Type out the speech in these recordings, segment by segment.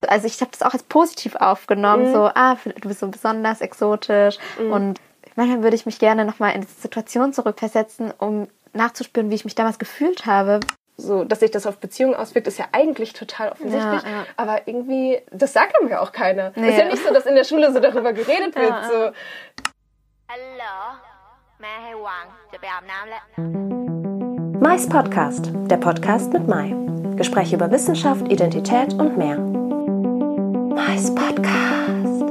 also ich habe das auch als positiv aufgenommen, so, du bist so besonders exotisch und manchmal würde ich mich gerne nochmal in diese Situation zurückversetzen, um nachzuspüren, wie ich mich damals gefühlt habe. So, dass sich das auf Beziehungen auswirkt, ist ja eigentlich total offensichtlich. Ja. Aber irgendwie, das sagt einem ja auch keiner. Nee. Ist ja nicht so, dass in der Schule so darüber geredet wird. So. Mais Podcast, der Podcast mit Mai. Gespräche über Wissenschaft, Identität und mehr. Mais Podcast.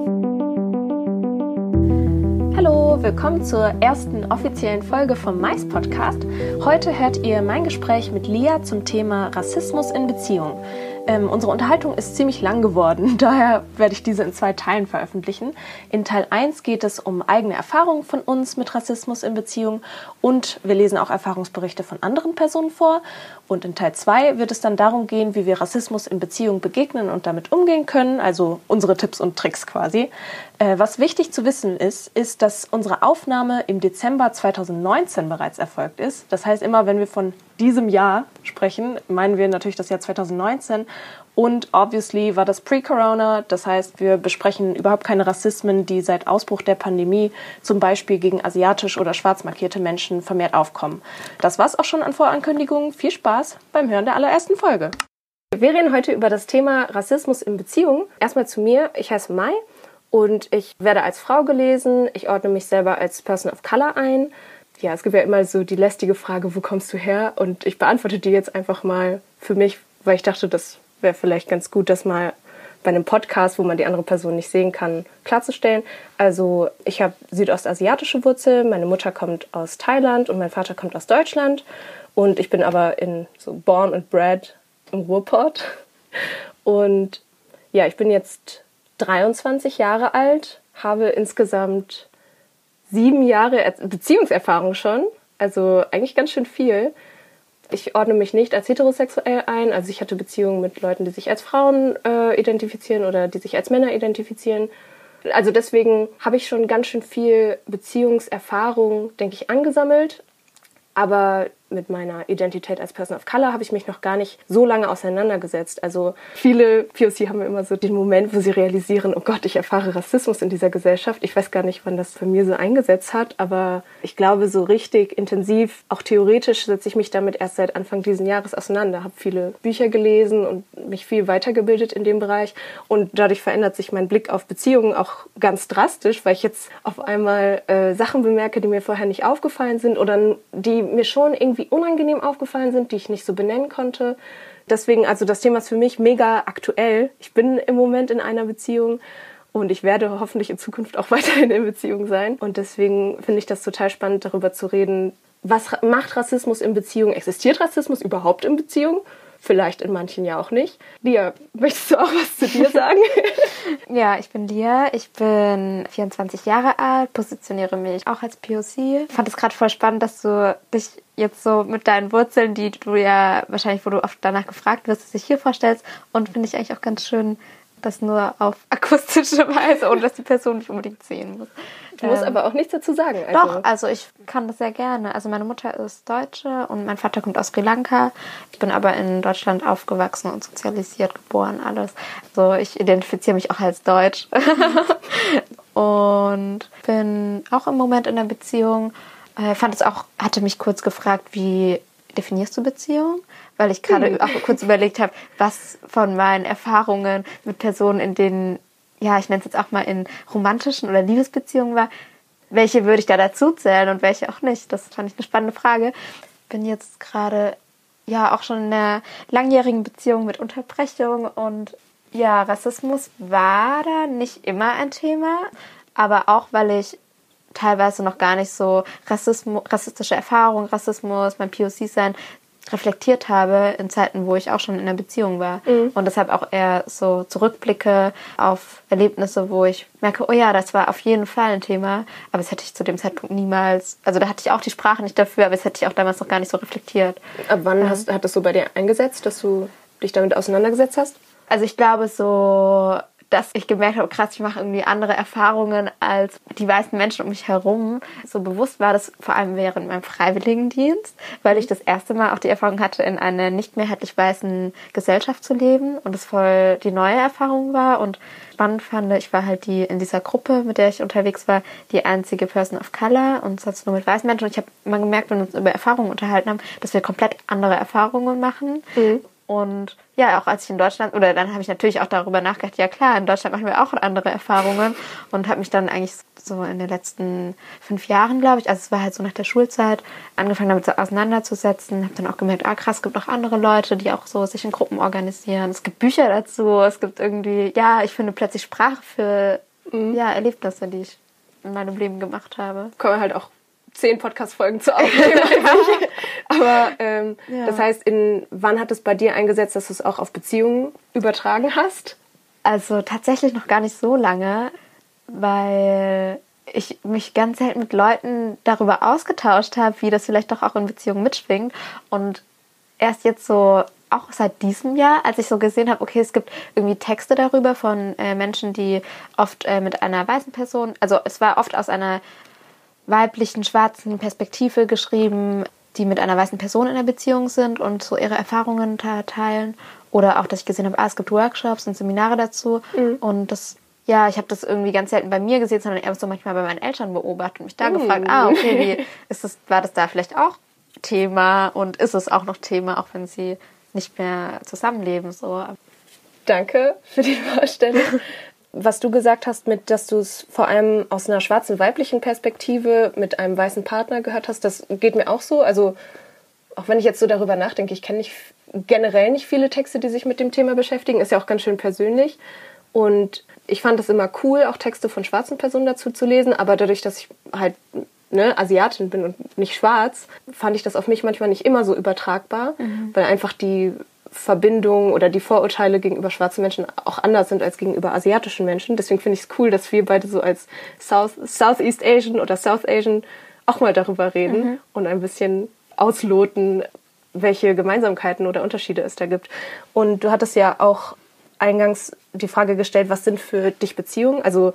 Hallo, willkommen zur ersten offiziellen Folge vom Mais Podcast. Heute hört ihr mein Gespräch mit Lia zum Thema Rassismus in Beziehungen. Unsere Unterhaltung ist ziemlich lang geworden, daher werde ich diese in 2 Teilen veröffentlichen. In Teil 1 geht es um eigene Erfahrungen von uns mit Rassismus in Beziehungen und wir lesen auch Erfahrungsberichte von anderen Personen vor. Und in Teil 2 wird es dann darum gehen, wie wir Rassismus in Beziehungen begegnen und damit umgehen können, also unsere Tipps und Tricks quasi. Was wichtig zu wissen ist, dass unsere Aufnahme im Dezember 2019 bereits erfolgt ist. Das heißt, immer wenn wir von diesem Jahr sprechen, meinen wir natürlich das Jahr 2019. Und obviously war das pre-Corona. Das heißt, wir besprechen überhaupt keine Rassismen, die seit Ausbruch der Pandemie zum Beispiel gegen asiatisch oder schwarz markierte Menschen vermehrt aufkommen. Das war's auch schon an Vorankündigungen. Viel Spaß beim Hören der allerersten Folge. Wir reden heute über das Thema Rassismus in Beziehungen. Erstmal zu mir. Ich heiße Mai und ich werde als Frau gelesen. Ich ordne mich selber als Person of Color ein. Ja, es gibt ja immer so die lästige Frage, wo kommst du her? Und ich beantworte die jetzt einfach mal für mich, weil ich dachte, das wäre vielleicht ganz gut, das mal bei einem Podcast, wo man die andere Person nicht sehen kann, klarzustellen. Also ich habe südostasiatische Wurzeln, meine Mutter kommt aus Thailand und mein Vater kommt aus Deutschland. Und ich bin aber born and bred im Ruhrpott. Und ja, ich bin jetzt 23 Jahre alt, habe insgesamt 7 Jahre Beziehungserfahrung schon, also eigentlich ganz schön viel. Ich ordne mich nicht als heterosexuell ein, also ich hatte Beziehungen mit Leuten, die sich als Frauen identifizieren oder die sich als Männer identifizieren. Also deswegen habe ich schon ganz schön viel Beziehungserfahrung, denke ich, angesammelt. Aber mit meiner Identität als Person of Color habe ich mich noch gar nicht so lange auseinandergesetzt. Also viele POC haben immer so den Moment, wo sie realisieren, oh Gott, ich erfahre Rassismus in dieser Gesellschaft. Ich weiß gar nicht, wann das bei mir so eingesetzt hat, aber ich glaube, so richtig intensiv, auch theoretisch, setze ich mich damit erst seit Anfang dieses Jahres auseinander. Habe viele Bücher gelesen und mich viel weitergebildet in dem Bereich. Und dadurch verändert sich mein Blick auf Beziehungen auch ganz drastisch, weil ich jetzt auf einmal Sachen bemerke, die mir vorher nicht aufgefallen sind oder die mir schon irgendwie unangenehm aufgefallen sind, die ich nicht so benennen konnte. Deswegen, also das Thema ist für mich mega aktuell. Ich bin im Moment in einer Beziehung und ich werde hoffentlich in Zukunft auch weiterhin in Beziehung sein. Und deswegen finde ich das total spannend, darüber zu reden, was macht Rassismus in Beziehungen? Existiert Rassismus überhaupt in Beziehungen? Vielleicht in manchen ja auch nicht. Lia, möchtest du auch was zu dir sagen? Ja, ich bin Lia, ich bin 24 Jahre alt, positioniere mich auch als POC. Ich fand es gerade voll spannend, dass du dich jetzt so mit deinen Wurzeln, die du ja wahrscheinlich, wo du oft danach gefragt wirst, dich hier vorstellst. Und finde ich eigentlich auch ganz schön, das nur auf akustische Weise, ohne dass die Person nicht unbedingt sehen muss. Du musst aber auch nichts dazu sagen. Doch, also ich kann das sehr gerne. Also meine Mutter ist Deutsche und mein Vater kommt aus Sri Lanka. Ich bin aber in Deutschland aufgewachsen und sozialisiert, geboren, alles. Also ich identifiziere mich auch als Deutsch. Und bin auch im Moment in einer Beziehung. Hatte mich kurz gefragt, wie definierst du Beziehung? Weil ich gerade auch kurz überlegt habe, was von meinen Erfahrungen mit Personen, in denen, ja, ich nenne es jetzt auch mal in romantischen oder Liebesbeziehungen war, welche würde ich da dazu zählen und welche auch nicht? Das fand ich eine spannende Frage. Bin jetzt gerade ja auch schon in einer langjährigen Beziehung mit Unterbrechung und ja, Rassismus war da nicht immer ein Thema, aber auch, weil ich teilweise noch gar nicht so rassistische Erfahrungen, Rassismus, mein POC-Sein reflektiert habe in Zeiten, wo ich auch schon in einer Beziehung war. Und deshalb auch eher so zurückblicke auf Erlebnisse, wo ich merke, oh ja, das war auf jeden Fall ein Thema, aber das hätte ich zu dem Zeitpunkt niemals, also da hatte ich auch die Sprache nicht dafür, aber das hätte ich auch damals noch gar nicht so reflektiert. Ab wann hat das so bei dir eingesetzt, dass du dich damit auseinandergesetzt hast? Also ich glaube so dass ich gemerkt habe, krass, ich mache irgendwie andere Erfahrungen als die weißen Menschen um mich herum. So bewusst war das vor allem während meinem Freiwilligendienst, weil ich das erste Mal auch die Erfahrung hatte, in einer nicht mehrheitlich weißen Gesellschaft zu leben und es voll die neue Erfahrung war und spannend fand. Ich war halt in dieser Gruppe, mit der ich unterwegs war, die einzige Person of Color und sonst nur mit weißen Menschen. Und ich habe mal gemerkt, wenn wir uns über Erfahrungen unterhalten haben, dass wir komplett andere Erfahrungen machen. Und ja, auch als ich in Deutschland, oder dann habe ich natürlich auch darüber nachgedacht, ja klar, in Deutschland machen wir auch andere Erfahrungen und habe mich dann eigentlich so in den letzten 5 Jahren, glaube ich, also es war halt so nach der Schulzeit, angefangen damit so auseinanderzusetzen, habe dann auch gemerkt, krass, es gibt auch andere Leute, die auch so sich in Gruppen organisieren, es gibt Bücher dazu, es gibt irgendwie, ja, ich finde plötzlich Sprache für Erlebnisse, die ich in meinem Leben gemacht habe. Können wir halt auch 10 Podcast-Folgen zu aufnehmen. Aber das heißt, wann hat es bei dir eingesetzt, dass du es auch auf Beziehungen übertragen hast? Also tatsächlich noch gar nicht so lange, weil ich mich ganz selten mit Leuten darüber ausgetauscht habe, wie das vielleicht doch auch in Beziehungen mitschwingt. Und erst jetzt so, auch seit diesem Jahr, als ich so gesehen habe, okay, es gibt irgendwie Texte darüber von Menschen, die oft mit einer weißen Person, also es war oft aus einer weiblichen, schwarzen Perspektive geschrieben, die mit einer weißen Person in einer Beziehung sind und so ihre Erfahrungen teilen. Oder auch, dass ich gesehen habe, es gibt Workshops und Seminare dazu. Und das, ich habe das irgendwie ganz selten bei mir gesehen, sondern eher so manchmal bei meinen Eltern beobachtet und mich da gefragt, okay, war das da vielleicht auch Thema und ist es auch noch Thema, auch wenn sie nicht mehr zusammenleben, so. Danke für die Vorstellung. Was du gesagt hast, dass du es vor allem aus einer schwarzen weiblichen Perspektive mit einem weißen Partner gehört hast, das geht mir auch so. Also auch wenn ich jetzt so darüber nachdenke, ich kenne generell nicht viele Texte, die sich mit dem Thema beschäftigen. Ist ja auch ganz schön persönlich. Und ich fand es immer cool, auch Texte von schwarzen Personen dazu zu lesen. Aber dadurch, dass ich halt Asiatin bin und nicht schwarz, fand ich das auf mich manchmal nicht immer so übertragbar, weil einfach die Verbindung oder die Vorurteile gegenüber schwarzen Menschen auch anders sind als gegenüber asiatischen Menschen. Deswegen finde ich es cool, dass wir beide so als Southeast Asian oder South Asian auch mal darüber reden und ein bisschen ausloten, welche Gemeinsamkeiten oder Unterschiede es da gibt. Und du hattest ja auch eingangs die Frage gestellt, was sind für dich Beziehungen? Also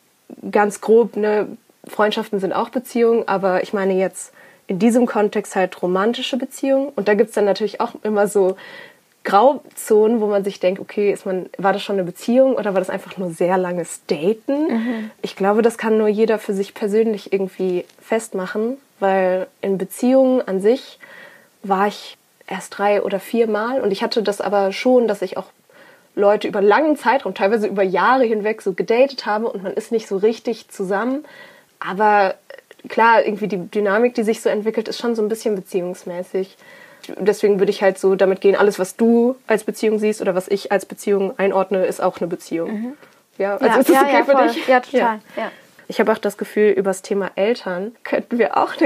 ganz grob, Freundschaften sind auch Beziehungen, aber ich meine jetzt in diesem Kontext halt romantische Beziehungen. Und da gibt es dann natürlich auch immer so Grauzonen, wo man sich denkt, okay, war das schon eine Beziehung oder war das einfach nur sehr langes Daten? Ich glaube, das kann nur jeder für sich persönlich irgendwie festmachen, weil in Beziehungen an sich war ich erst 3 oder 4 Mal und ich hatte das aber schon, dass ich auch Leute über langen Zeitraum, teilweise über Jahre hinweg so gedatet habe und man ist nicht so richtig zusammen, aber klar, irgendwie die Dynamik, die sich so entwickelt, ist schon so ein bisschen beziehungsmäßig. Deswegen würde ich halt so damit gehen, alles, was du als Beziehung siehst oder was ich als Beziehung einordne, ist auch eine Beziehung. Ja, also ist das okay für dich? Ja, total. Ja. Ich habe auch das Gefühl, über das Thema Eltern könnten wir auch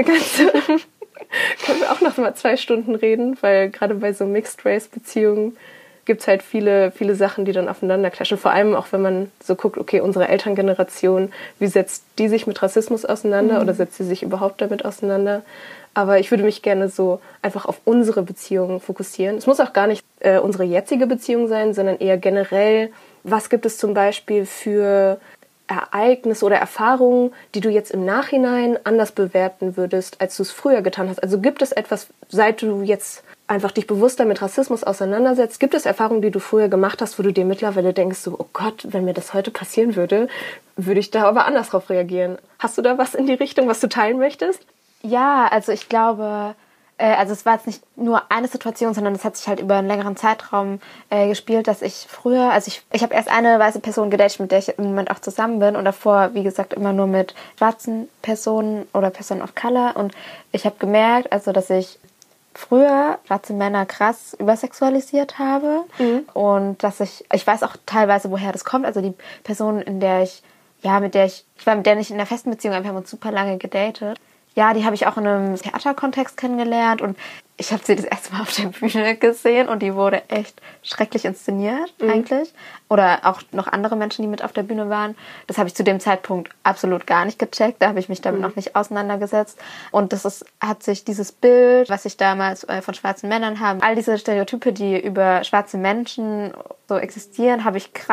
noch mal 2 Stunden reden, weil gerade bei so Mixed-Race-Beziehungen gibt es halt viele, viele Sachen, die dann aufeinander clashen. Vor allem auch, wenn man so guckt, okay, unsere Elterngeneration, wie setzt die sich mit Rassismus auseinander oder setzt sie sich überhaupt damit auseinander? Aber ich würde mich gerne so einfach auf unsere Beziehungen fokussieren. Es muss auch gar nicht unsere jetzige Beziehung sein, sondern eher generell, was gibt es zum Beispiel für Ereignisse oder Erfahrungen, die du jetzt im Nachhinein anders bewerten würdest, als du es früher getan hast? Also gibt es etwas, seit du jetzt einfach dich bewusster mit Rassismus auseinandersetzt, gibt es Erfahrungen, die du früher gemacht hast, wo du dir mittlerweile denkst, so, oh Gott, wenn mir das heute passieren würde, würde ich da aber anders drauf reagieren. Hast du da was in die Richtung, was du teilen möchtest? Ja, also ich glaube, es war jetzt nicht nur eine Situation, sondern es hat sich halt über einen längeren Zeitraum gespielt, dass ich früher, also ich habe erst eine weiße Person gedatet, mit der ich im Moment auch zusammen bin und davor, wie gesagt, immer nur mit schwarzen Personen oder Personen of Color und ich habe gemerkt, also dass ich früher schwarze Männer krass übersexualisiert habe und dass ich weiß auch teilweise, woher das kommt, also die Person, mit der ich nicht in einer festen Beziehung, wir haben uns super lange gedatet. Ja, die habe ich auch in einem Theaterkontext kennengelernt und ich habe sie das erste Mal auf der Bühne gesehen und die wurde echt schrecklich inszeniert eigentlich. Oder auch noch andere Menschen, die mit auf der Bühne waren. Das habe ich zu dem Zeitpunkt absolut gar nicht gecheckt. Da habe ich mich damit noch nicht auseinandergesetzt. Und hat sich dieses Bild, was ich damals von schwarzen Männern habe, all diese Stereotype, die über schwarze Menschen so existieren, habe ich krass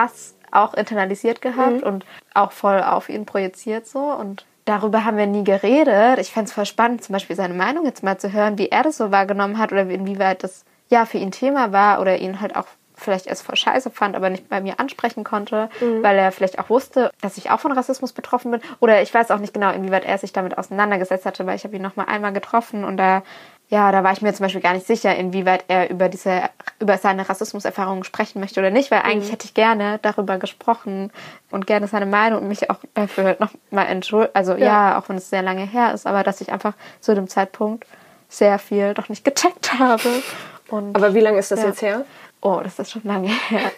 auch internalisiert gehabt und auch voll auf ihn projiziert so. Und darüber haben wir nie geredet. Ich fände es voll spannend, zum Beispiel seine Meinung jetzt mal zu hören, wie er das so wahrgenommen hat oder inwieweit das ja für ihn Thema war oder ihn halt auch vielleicht erst voll scheiße fand, aber nicht bei mir ansprechen konnte, weil er vielleicht auch wusste, dass ich auch von Rassismus betroffen bin. Oder ich weiß auch nicht genau, inwieweit er sich damit auseinandergesetzt hatte, weil ich habe ihn noch mal einmal getroffen und da war ich mir zum Beispiel gar nicht sicher, inwieweit er über seine Rassismuserfahrungen sprechen möchte oder nicht, weil eigentlich hätte ich gerne darüber gesprochen und gerne seine Meinung und mich auch dafür noch mal entschuldigt. Also auch wenn es sehr lange her ist, aber dass ich einfach zu dem Zeitpunkt sehr viel doch nicht gecheckt habe. Aber wie lange ist das jetzt her? Oh, das ist schon lange her.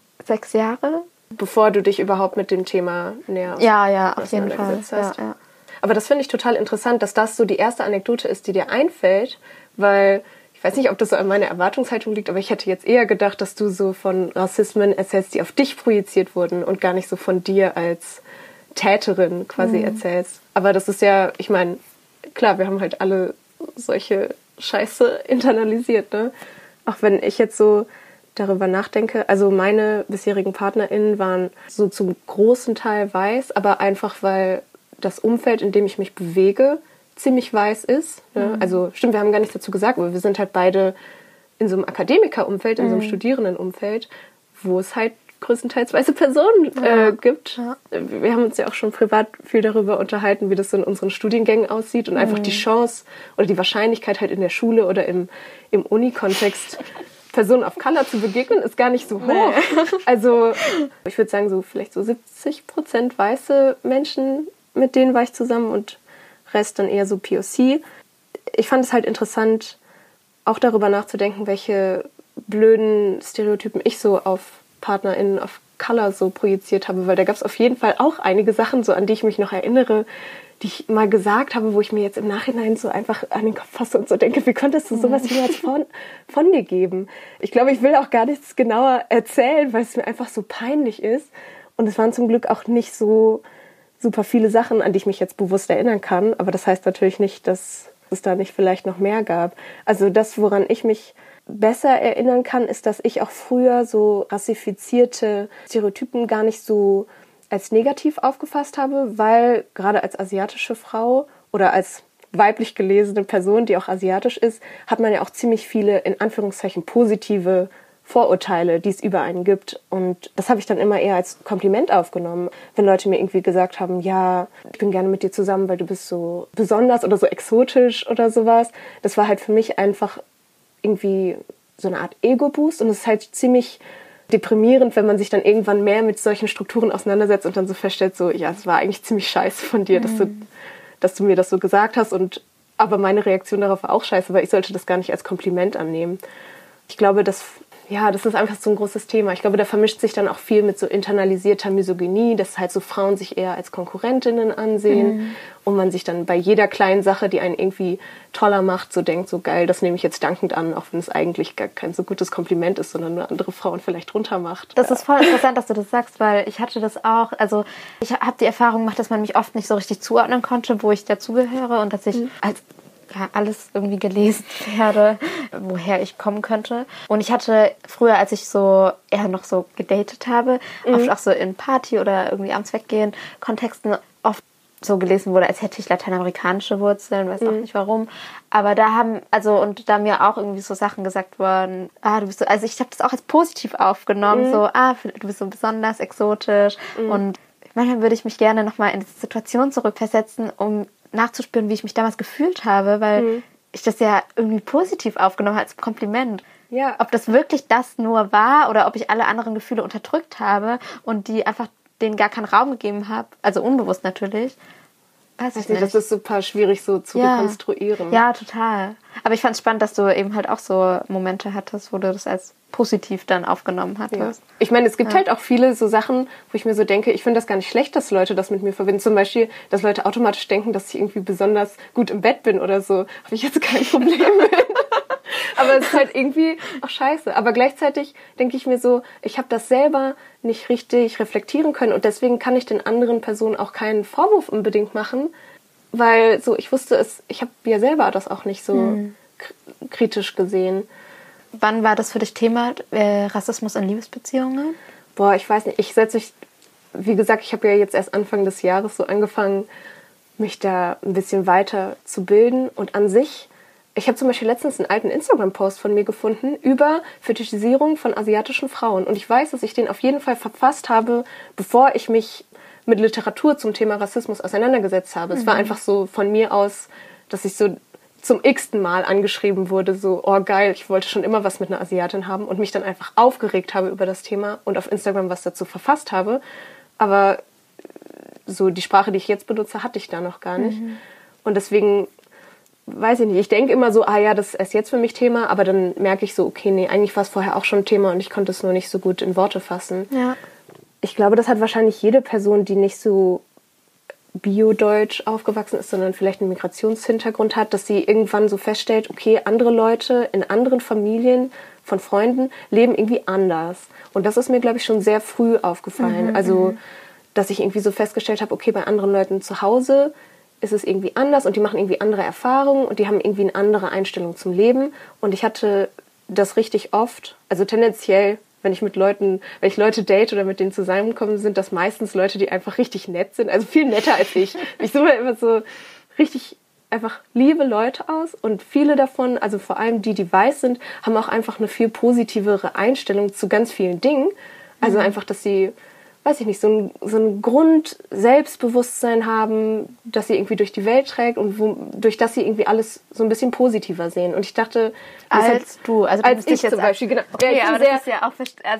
6 Jahre? Bevor du dich überhaupt mit dem Thema näher auf jeden Fall. Ja. Aber das finde ich total interessant, dass das so die erste Anekdote ist, die dir einfällt, weil ich weiß nicht, ob das so an meiner Erwartungshaltung liegt, aber ich hätte jetzt eher gedacht, dass du so von Rassismen erzählst, die auf dich projiziert wurden und gar nicht so von dir als Täterin quasi erzählst. Aber das ist ja, ich meine, klar, wir haben halt alle solche Scheiße internalisiert, ne? Auch wenn ich jetzt so darüber nachdenke, also meine bisherigen PartnerInnen waren so zum großen Teil weiß, aber einfach, weil das Umfeld, in dem ich mich bewege, ziemlich weiß ist. Ne? Also stimmt, wir haben gar nichts dazu gesagt, aber wir sind halt beide in so einem Akademikerumfeld, in so einem Studierendenumfeld, wo es halt größtenteils weiße Personen gibt. Ja. Wir haben uns ja auch schon privat viel darüber unterhalten, wie das so in unseren Studiengängen aussieht und einfach die Chance oder die Wahrscheinlichkeit halt in der Schule oder im Uni-Kontext Personen of Color zu begegnen, ist gar nicht so hoch. Nee. Also ich würde sagen, so vielleicht so 70% weiße Menschen, mit denen war ich zusammen und Rest dann eher so POC. Ich fand es halt interessant, auch darüber nachzudenken, welche blöden Stereotypen ich so auf PartnerInnen of Color so projiziert habe, weil da gab es auf jeden Fall auch einige Sachen, so an die ich mich noch erinnere, die ich mal gesagt habe, wo ich mir jetzt im Nachhinein so einfach an den Kopf fasse und so denke, wie konntest du sowas jemals von dir geben? Ich glaube, ich will auch gar nichts genauer erzählen, weil es mir einfach so peinlich ist. Und es waren zum Glück auch nicht so super viele Sachen, an die ich mich jetzt bewusst erinnern kann. Aber das heißt natürlich nicht, dass es da nicht vielleicht noch mehr gab. Also das, woran ich mich besser erinnern kann, ist, dass ich auch früher so rassifizierte Stereotypen gar nicht so als negativ aufgefasst habe, weil gerade als asiatische Frau oder als weiblich gelesene Person, die auch asiatisch ist, hat man ja auch ziemlich viele, in Anführungszeichen, positive Vorurteile, die es über einen gibt. Und das habe ich dann immer eher als Kompliment aufgenommen, wenn Leute mir irgendwie gesagt haben, ja, ich bin gerne mit dir zusammen, weil du bist so besonders oder so exotisch oder sowas. Das war halt für mich einfach irgendwie so eine Art Ego-Boost und es ist halt ziemlich deprimierend, wenn man sich dann irgendwann mehr mit solchen Strukturen auseinandersetzt und dann so feststellt, so, ja, es war eigentlich ziemlich scheiße von dir, dass du mir das so gesagt hast aber meine Reaktion darauf war auch scheiße, weil ich sollte das gar nicht als Kompliment annehmen. Ich glaube, das ist einfach so ein großes Thema. Ich glaube, da vermischt sich dann auch viel mit so internalisierter Misogynie, dass halt so Frauen sich eher als Konkurrentinnen ansehen und man sich dann bei jeder kleinen Sache, die einen irgendwie toller macht, so denkt, so geil, das nehme ich jetzt dankend an, auch wenn es eigentlich gar kein so gutes Kompliment ist, sondern nur andere Frauen vielleicht runter macht. Das ist voll interessant, dass du das sagst, weil ich hatte das auch, also ich habe die Erfahrung gemacht, dass man mich oft nicht so richtig zuordnen konnte, wo ich dazugehöre und dass ich als alles irgendwie gelesen werde, woher ich kommen könnte. Und ich hatte früher, als ich so eher noch so gedatet habe, oft auch so in Party- oder irgendwie abends weggehen Kontexten oft so gelesen wurde, als hätte ich lateinamerikanische Wurzeln, weiß auch nicht warum. Aber da und da mir auch irgendwie so Sachen gesagt worden, du bist so, also ich habe das auch als positiv aufgenommen, so, du bist so besonders exotisch. Und manchmal würde ich mich gerne nochmal in diese Situation zurückversetzen, um nachzuspüren, wie ich mich damals gefühlt habe, weil ich das ja irgendwie positiv aufgenommen habe als Kompliment. Ja. Ob das wirklich das nur war oder ob ich alle anderen Gefühle unterdrückt habe und die einfach denen gar keinen Raum gegeben habe, also unbewusst natürlich. Weiß ich nicht. Das ist super schwierig so zu rekonstruieren. Ja, total. Aber ich fand es spannend, dass du eben halt auch so Momente hattest, wo du das als positiv dann aufgenommen hattest. Ja. Ich meine, es gibt halt auch viele so Sachen, wo ich mir so denke, ich finde das gar nicht schlecht, dass Leute das mit mir verbinden. Zum Beispiel, dass Leute automatisch denken, dass ich irgendwie besonders gut im Bett bin oder so. Habe ich jetzt kein Problem mit. Aber es ist halt irgendwie auch scheiße. Aber gleichzeitig denke ich mir so, ich habe das selber nicht richtig reflektieren können und deswegen kann ich den anderen Personen auch keinen Vorwurf unbedingt machen, weil so ich wusste es, ich habe ja selber das auch nicht so kritisch gesehen. Wann war das für dich Thema, Rassismus in Liebesbeziehungen? Ich weiß nicht, wie gesagt, ich habe ja jetzt erst Anfang des Jahres so angefangen, mich da ein bisschen weiter zu bilden. Und an sich, ich habe zum Beispiel letztens einen alten Instagram-Post von mir gefunden über Fetischisierung von asiatischen Frauen. Und ich weiß, dass ich den auf jeden Fall verfasst habe, bevor ich mich mit Literatur zum Thema Rassismus auseinandergesetzt habe. Es war einfach so von mir aus, dass ich so zum x-ten Mal angeschrieben wurde, so, oh geil, ich wollte schon immer was mit einer Asiatin haben und mich dann einfach aufgeregt habe über das Thema und auf Instagram was dazu verfasst habe. Aber so die Sprache, die ich jetzt benutze, hatte ich da noch gar nicht. Und deswegen, weiß ich nicht, ich denke immer so, das ist erst jetzt für mich Thema, aber dann merke ich so, okay, nee, eigentlich war es vorher auch schon Thema und ich konnte es nur nicht so gut in Worte fassen. Ja. Ich glaube, das hat wahrscheinlich jede Person, die nicht so biodeutsch aufgewachsen ist, sondern vielleicht einen Migrationshintergrund hat, dass sie irgendwann so feststellt, okay, andere Leute in anderen Familien von Freunden leben irgendwie anders. Und das ist mir, glaube ich, schon sehr früh aufgefallen. Also, dass ich irgendwie so festgestellt habe, okay, bei anderen Leuten zu Hause ist es irgendwie anders und die machen irgendwie andere Erfahrungen und die haben irgendwie eine andere Einstellung zum Leben. Und ich hatte das richtig oft, also tendenziell, wenn ich Leute date oder mit denen zusammenkomme, sind das meistens Leute, die einfach richtig nett sind, also viel netter als ich. Ich suche immer so richtig einfach liebe Leute aus und viele davon, also vor allem die weiß sind, haben auch einfach eine viel positivere Einstellung zu ganz vielen Dingen. Also einfach, dass sie, weiß ich nicht, so ein Grund-Selbstbewusstsein haben, das sie irgendwie durch die Welt trägt und durch das sie irgendwie alles so ein bisschen positiver sehen. Und ich dachte, als ich zum Beispiel, genau. Okay, ja, aber das ist ja auch,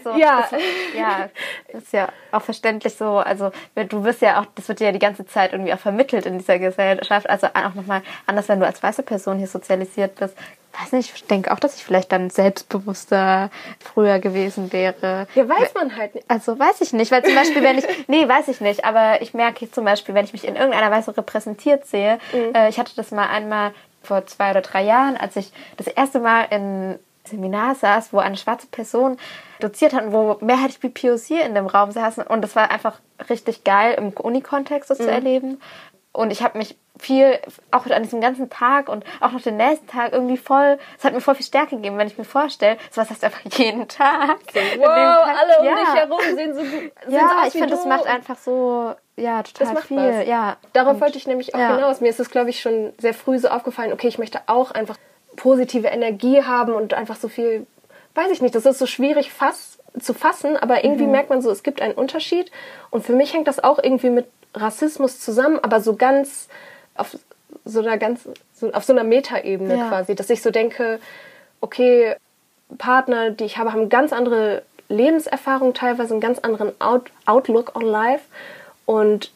das ist ja auch verständlich so, also du wirst ja auch, das wird ja die ganze Zeit irgendwie auch vermittelt in dieser Gesellschaft, also auch nochmal anders, wenn du als weiße Person hier sozialisiert bist. Weiß nicht, ich denke auch, dass ich vielleicht dann selbstbewusster früher gewesen wäre. Ja, weiß man halt nicht. Also weiß ich nicht, weil zum Beispiel, weiß ich nicht, aber ich merke zum Beispiel, wenn ich mich in irgendeiner Weise repräsentiert sehe, ich hatte das mal einmal vor 2 oder 3 Jahren, als ich das erste Mal in Seminar saß, wo eine schwarze Person doziert hat und wo mehrheitlich BPOC in dem Raum saßen und das war einfach richtig geil im Uni-Kontext das zu erleben. Und ich habe mich viel, auch an diesem ganzen Tag und auch noch den nächsten Tag irgendwie es hat mir voll viel Stärke gegeben, wenn ich mir vorstelle, sowas hast du einfach jeden Tag. So, wow, alle um dich herum sehen so gut. Ja, ich finde, das macht einfach so, ja, total das viel. Was. Ja. Darauf wollte ich nämlich auch hinaus. Mir ist es, glaube ich, schon sehr früh so aufgefallen, okay, ich möchte auch einfach positive Energie haben und einfach so viel, weiß ich nicht, das ist so schwierig zu fassen, aber irgendwie merkt man so, es gibt einen Unterschied und für mich hängt das auch irgendwie mit Rassismus zusammen, aber so ganz auf so einer Metaebene quasi, dass ich so denke, okay, Partner, die ich habe, haben ganz andere Lebenserfahrung, teilweise einen ganz anderen Outlook on life und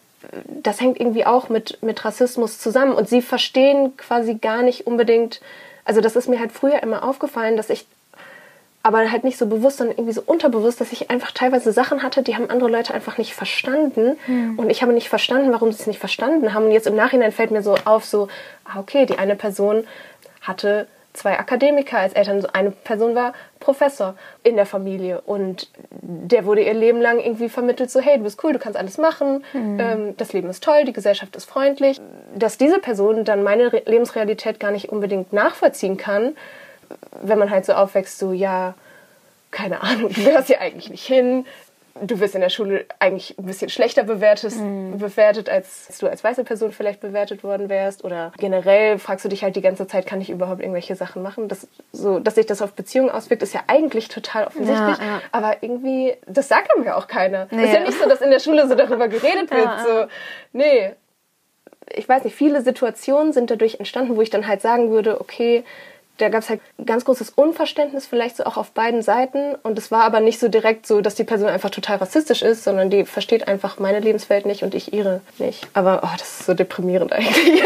das hängt irgendwie auch mit Rassismus zusammen und sie verstehen quasi gar nicht unbedingt, also das ist mir halt früher immer aufgefallen, dass ich aber halt nicht so bewusst, sondern irgendwie so unterbewusst, dass ich einfach teilweise Sachen hatte, die haben andere Leute einfach nicht verstanden. Und ich habe nicht verstanden, warum sie es nicht verstanden haben. Und jetzt im Nachhinein fällt mir so auf, so, okay, die eine Person hatte 2 Akademiker als Eltern. So eine Person war Professor in der Familie. Und der wurde ihr Leben lang irgendwie vermittelt, so, hey, du bist cool, du kannst alles machen, das Leben ist toll, die Gesellschaft ist freundlich. Dass diese Person dann meine Lebensrealität gar nicht unbedingt nachvollziehen kann, wenn man halt so aufwächst, so, ja, keine Ahnung, du gehörst hier eigentlich nicht hin, du wirst in der Schule eigentlich ein bisschen schlechter bewertet, als du als weiße Person vielleicht bewertet worden wärst oder generell fragst du dich halt die ganze Zeit, kann ich überhaupt irgendwelche Sachen machen? Dass sich das auf Beziehungen auswirkt, ist ja eigentlich total offensichtlich, aber irgendwie, das sagt einem ja auch keiner. Nee. Das ist ja nicht so, dass in der Schule so darüber geredet wird, so, nee. Ich weiß nicht, viele Situationen sind dadurch entstanden, wo ich dann halt sagen würde, okay, da gab es halt ganz großes Unverständnis, vielleicht so auch auf beiden Seiten. Und es war aber nicht so direkt so, dass die Person einfach total rassistisch ist, sondern die versteht einfach meine Lebenswelt nicht und ich ihre nicht. Aber das ist so deprimierend eigentlich.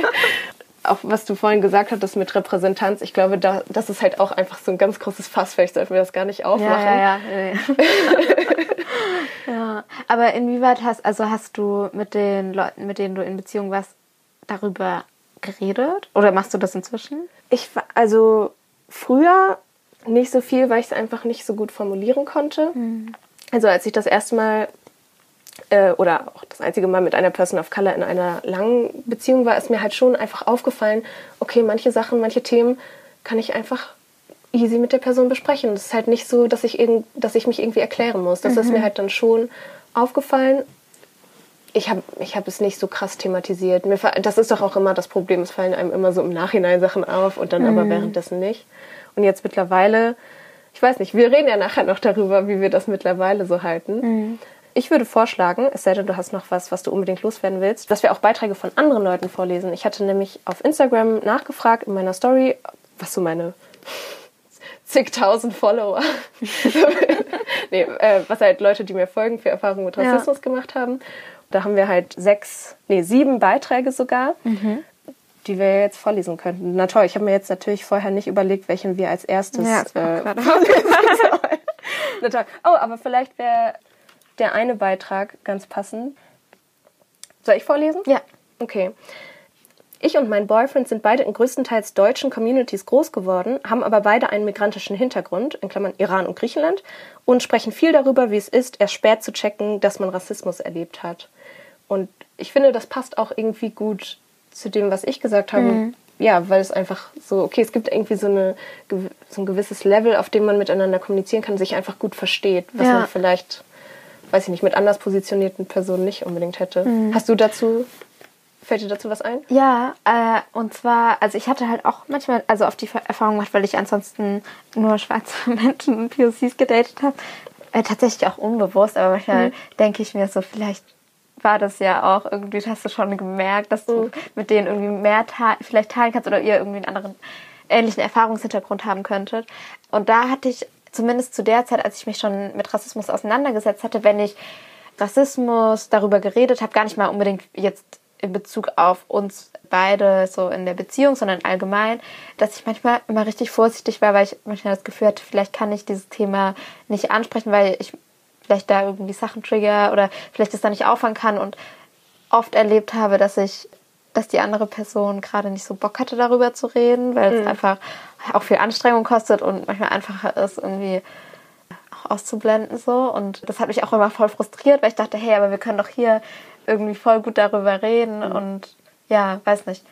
Auch was du vorhin gesagt hattest mit Repräsentanz, ich glaube, das ist halt auch einfach so ein ganz großes Fass. Vielleicht sollten wir das gar nicht aufmachen. Ja. Ja. Aber inwieweit hast du mit den Leuten, mit denen du in Beziehung warst, darüber geredet? Oder machst du das inzwischen? Also früher nicht so viel, weil ich es einfach nicht so gut formulieren konnte. Also als ich das erste Mal oder auch das einzige Mal mit einer Person of Color in einer langen Beziehung war, ist mir halt schon einfach aufgefallen, okay, manche Sachen, manche Themen kann ich einfach easy mit der Person besprechen. Es ist halt nicht so, dass ich mich irgendwie erklären muss. Das ist mir halt dann schon aufgefallen. Ich hab es nicht so krass thematisiert. Das ist doch auch immer das Problem. Es fallen einem immer so im Nachhinein Sachen auf und dann aber währenddessen nicht. Und jetzt mittlerweile, ich weiß nicht, wir reden ja nachher noch darüber, wie wir das mittlerweile so halten. Ich würde vorschlagen, es sei denn, du hast noch was du unbedingt loswerden willst, dass wir auch Beiträge von anderen Leuten vorlesen. Ich hatte nämlich auf Instagram nachgefragt in meiner Story, was so meine zigtausend Follower, was halt Leute, die mir folgen, für Erfahrungen mit Rassismus gemacht haben. Da haben wir halt 7 Beiträge sogar, die wir jetzt vorlesen könnten. Na toll, ich habe mir jetzt natürlich vorher nicht überlegt, welchen wir als erstes vorlesen sollen. Na toll. Oh, aber vielleicht wäre der eine Beitrag ganz passend. Soll ich vorlesen? Ja. Okay. Ich und mein Boyfriend sind beide in größtenteils deutschen Communities groß geworden, haben aber beide einen migrantischen Hintergrund, in Klammern Iran und Griechenland, und sprechen viel darüber, wie es ist, erst spät zu checken, dass man Rassismus erlebt hat. Und ich finde, das passt auch irgendwie gut zu dem, was ich gesagt habe. Ja, weil es einfach so, okay, es gibt irgendwie so ein gewisses Level, auf dem man miteinander kommunizieren kann, sich einfach gut versteht, was man vielleicht, weiß ich nicht, mit anders positionierten Personen nicht unbedingt hätte. Fällt dir dazu was ein? Ja, und zwar, also ich hatte halt auch manchmal, also auf die Erfahrung gemacht, weil ich ansonsten nur schwarze Menschen und POCs gedatet habe, tatsächlich auch unbewusst, aber manchmal denke ich mir so, vielleicht war das ja auch irgendwie, hast du schon gemerkt, dass du mit denen irgendwie mehr vielleicht teilen kannst oder ihr irgendwie einen anderen ähnlichen Erfahrungshintergrund haben könntet. Und da hatte ich zumindest zu der Zeit, als ich mich schon mit Rassismus auseinandergesetzt hatte, wenn ich Rassismus darüber geredet habe, gar nicht mal unbedingt jetzt in Bezug auf uns beide so in der Beziehung, sondern allgemein, dass ich manchmal immer richtig vorsichtig war, weil ich manchmal das Gefühl hatte, vielleicht kann ich dieses Thema nicht ansprechen, weil ich vielleicht da irgendwie Sachen trigger oder vielleicht das da nicht auffangen kann und oft erlebt habe, dass die andere Person gerade nicht so Bock hatte, darüber zu reden, weil es einfach auch viel Anstrengung kostet und manchmal einfacher ist, irgendwie auch auszublenden so. Und das hat mich auch immer voll frustriert, weil ich dachte, hey, aber wir können doch hier irgendwie voll gut darüber reden und ja, weiß nicht.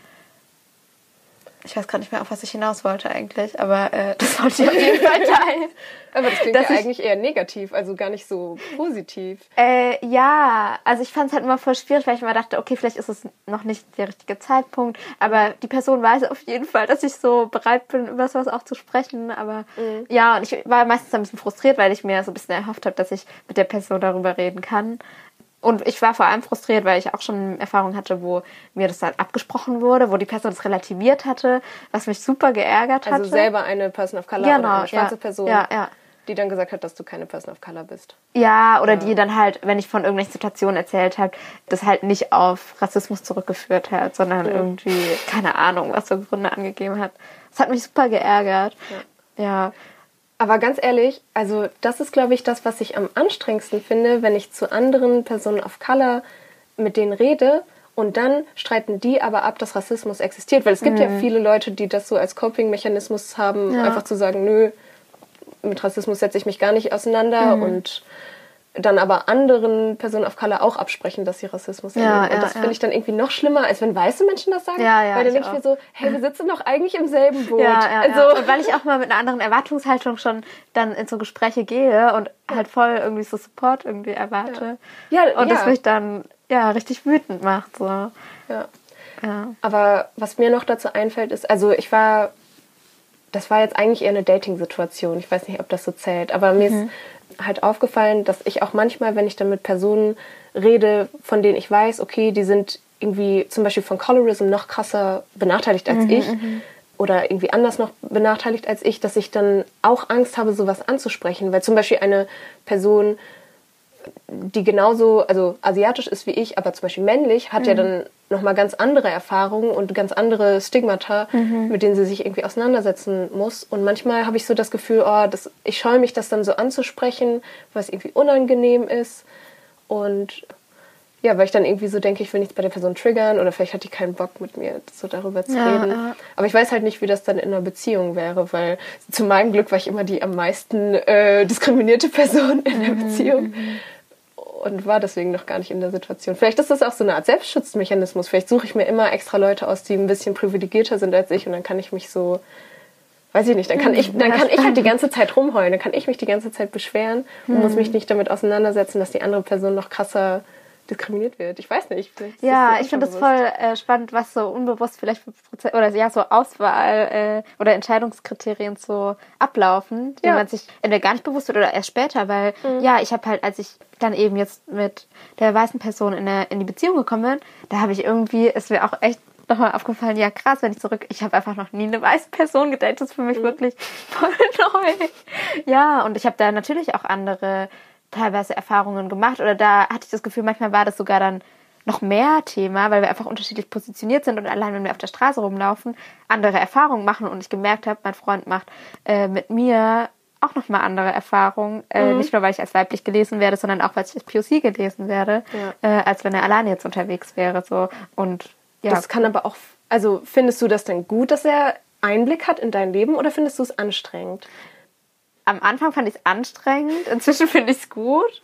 Ich weiß gerade nicht mehr, auf was ich hinaus wollte eigentlich, aber das wollte ich auf jeden Fall teilen. Aber das klingt ja eigentlich eher negativ, also gar nicht so positiv. Ja, also ich fand es halt immer voll schwierig, weil ich immer dachte, okay, vielleicht ist es noch nicht der richtige Zeitpunkt, aber die Person weiß auf jeden Fall, dass ich so bereit bin, über sowas auch zu sprechen, aber ja, und ich war meistens ein bisschen frustriert, weil ich mir so ein bisschen erhofft habe, dass ich mit der Person darüber reden kann. Und ich war vor allem frustriert, weil ich auch schon Erfahrungen hatte, wo mir das dann abgesprochen wurde, wo die Person das relativiert hatte, was mich super geärgert hatte. Also selber eine Person of Color oder eine schwarze Person, die dann gesagt hat, dass du keine Person of Color bist. Ja, oder die dann halt, wenn ich von irgendwelchen Situationen erzählt habe, das halt nicht auf Rassismus zurückgeführt hat, sondern irgendwie, keine Ahnung, was für Gründe angegeben hat. Das hat mich super geärgert. Ja. Aber ganz ehrlich, also das ist, glaube ich, das, was ich am anstrengendsten finde, wenn ich zu anderen Personen of Color mit denen rede und dann streiten die aber ab, dass Rassismus existiert. Weil es gibt ja viele Leute, die das so als Coping-Mechanismus haben, einfach zu sagen, nö, mit Rassismus setze ich mich gar nicht auseinander und dann aber anderen Personen of Color auch absprechen, dass sie Rassismus erleben. Und das finde ich dann irgendwie noch schlimmer, als wenn weiße Menschen das sagen. Weil dann denke ich mir so, hey, wir sitzen doch eigentlich im selben Boot. Also, und weil ich auch mal mit einer anderen Erwartungshaltung schon dann in so Gespräche gehe und halt voll irgendwie so Support irgendwie erwarte. Und das mich dann richtig wütend macht. So. Ja. Aber was mir noch dazu einfällt, ist, also das war jetzt eigentlich eher eine Dating-Situation. Ich weiß nicht, ob das so zählt. Aber mir ist halt aufgefallen, dass ich auch manchmal, wenn ich dann mit Personen rede, von denen ich weiß, okay, die sind irgendwie zum Beispiel von Colorism noch krasser benachteiligt als ich oder irgendwie anders noch benachteiligt als ich, dass ich dann auch Angst habe, sowas anzusprechen. Weil zum Beispiel eine Person, die genauso, also asiatisch ist wie ich, aber zum Beispiel männlich, hat ja dann nochmal ganz andere Erfahrungen und ganz andere Stigmata, mit denen sie sich irgendwie auseinandersetzen muss. Und manchmal habe ich so das Gefühl, ich scheue mich, das dann so anzusprechen, weil es irgendwie unangenehm ist. Und ja, weil ich dann irgendwie so denke, ich will nichts bei der Person triggern oder vielleicht hat die keinen Bock mit mir so darüber zu reden. Aber ich weiß halt nicht, wie das dann in einer Beziehung wäre, weil zu meinem Glück war ich immer die am meisten diskriminierte Person in der Beziehung. Und war deswegen noch gar nicht in der Situation. Vielleicht ist das auch so eine Art Selbstschutzmechanismus. Vielleicht suche ich mir immer extra Leute aus, die ein bisschen privilegierter sind als ich und dann kann ich mich so weiß ich nicht, dann kann ich halt die ganze Zeit rumheulen, dann kann ich mich die ganze Zeit beschweren und muss mich nicht damit auseinandersetzen, dass die andere Person noch krasser diskriminiert wird. Ich weiß nicht. Ja, ich finde das voll spannend, was so unbewusst vielleicht für Prozesse oder ja so Auswahl oder Entscheidungskriterien so ablaufen, die man sich entweder gar nicht bewusst wird oder erst später, weil ja, ich habe halt, als ich dann eben jetzt mit der weißen Person in die Beziehung gekommen bin, da habe ich irgendwie, ist mir auch echt nochmal aufgefallen, ja krass, ich habe einfach noch nie eine weiße Person gedatet, das ist für mich wirklich voll neu. Ja, und ich habe da natürlich auch andere teilweise Erfahrungen gemacht oder da hatte ich das Gefühl, manchmal war das sogar dann noch mehr Thema, weil wir einfach unterschiedlich positioniert sind und allein, wenn wir auf der Straße rumlaufen, andere Erfahrungen machen und ich gemerkt habe, mein Freund macht mit mir auch nochmal andere Erfahrungen, nicht nur, weil ich als weiblich gelesen werde, sondern auch, weil ich als POC gelesen werde, als wenn er alleine jetzt unterwegs wäre. So. Und ja. Das kann aber auch, also findest du das denn gut, dass er Einblick hat in dein Leben oder findest du es anstrengend? Am Anfang fand ich es anstrengend, inzwischen finde ich es gut.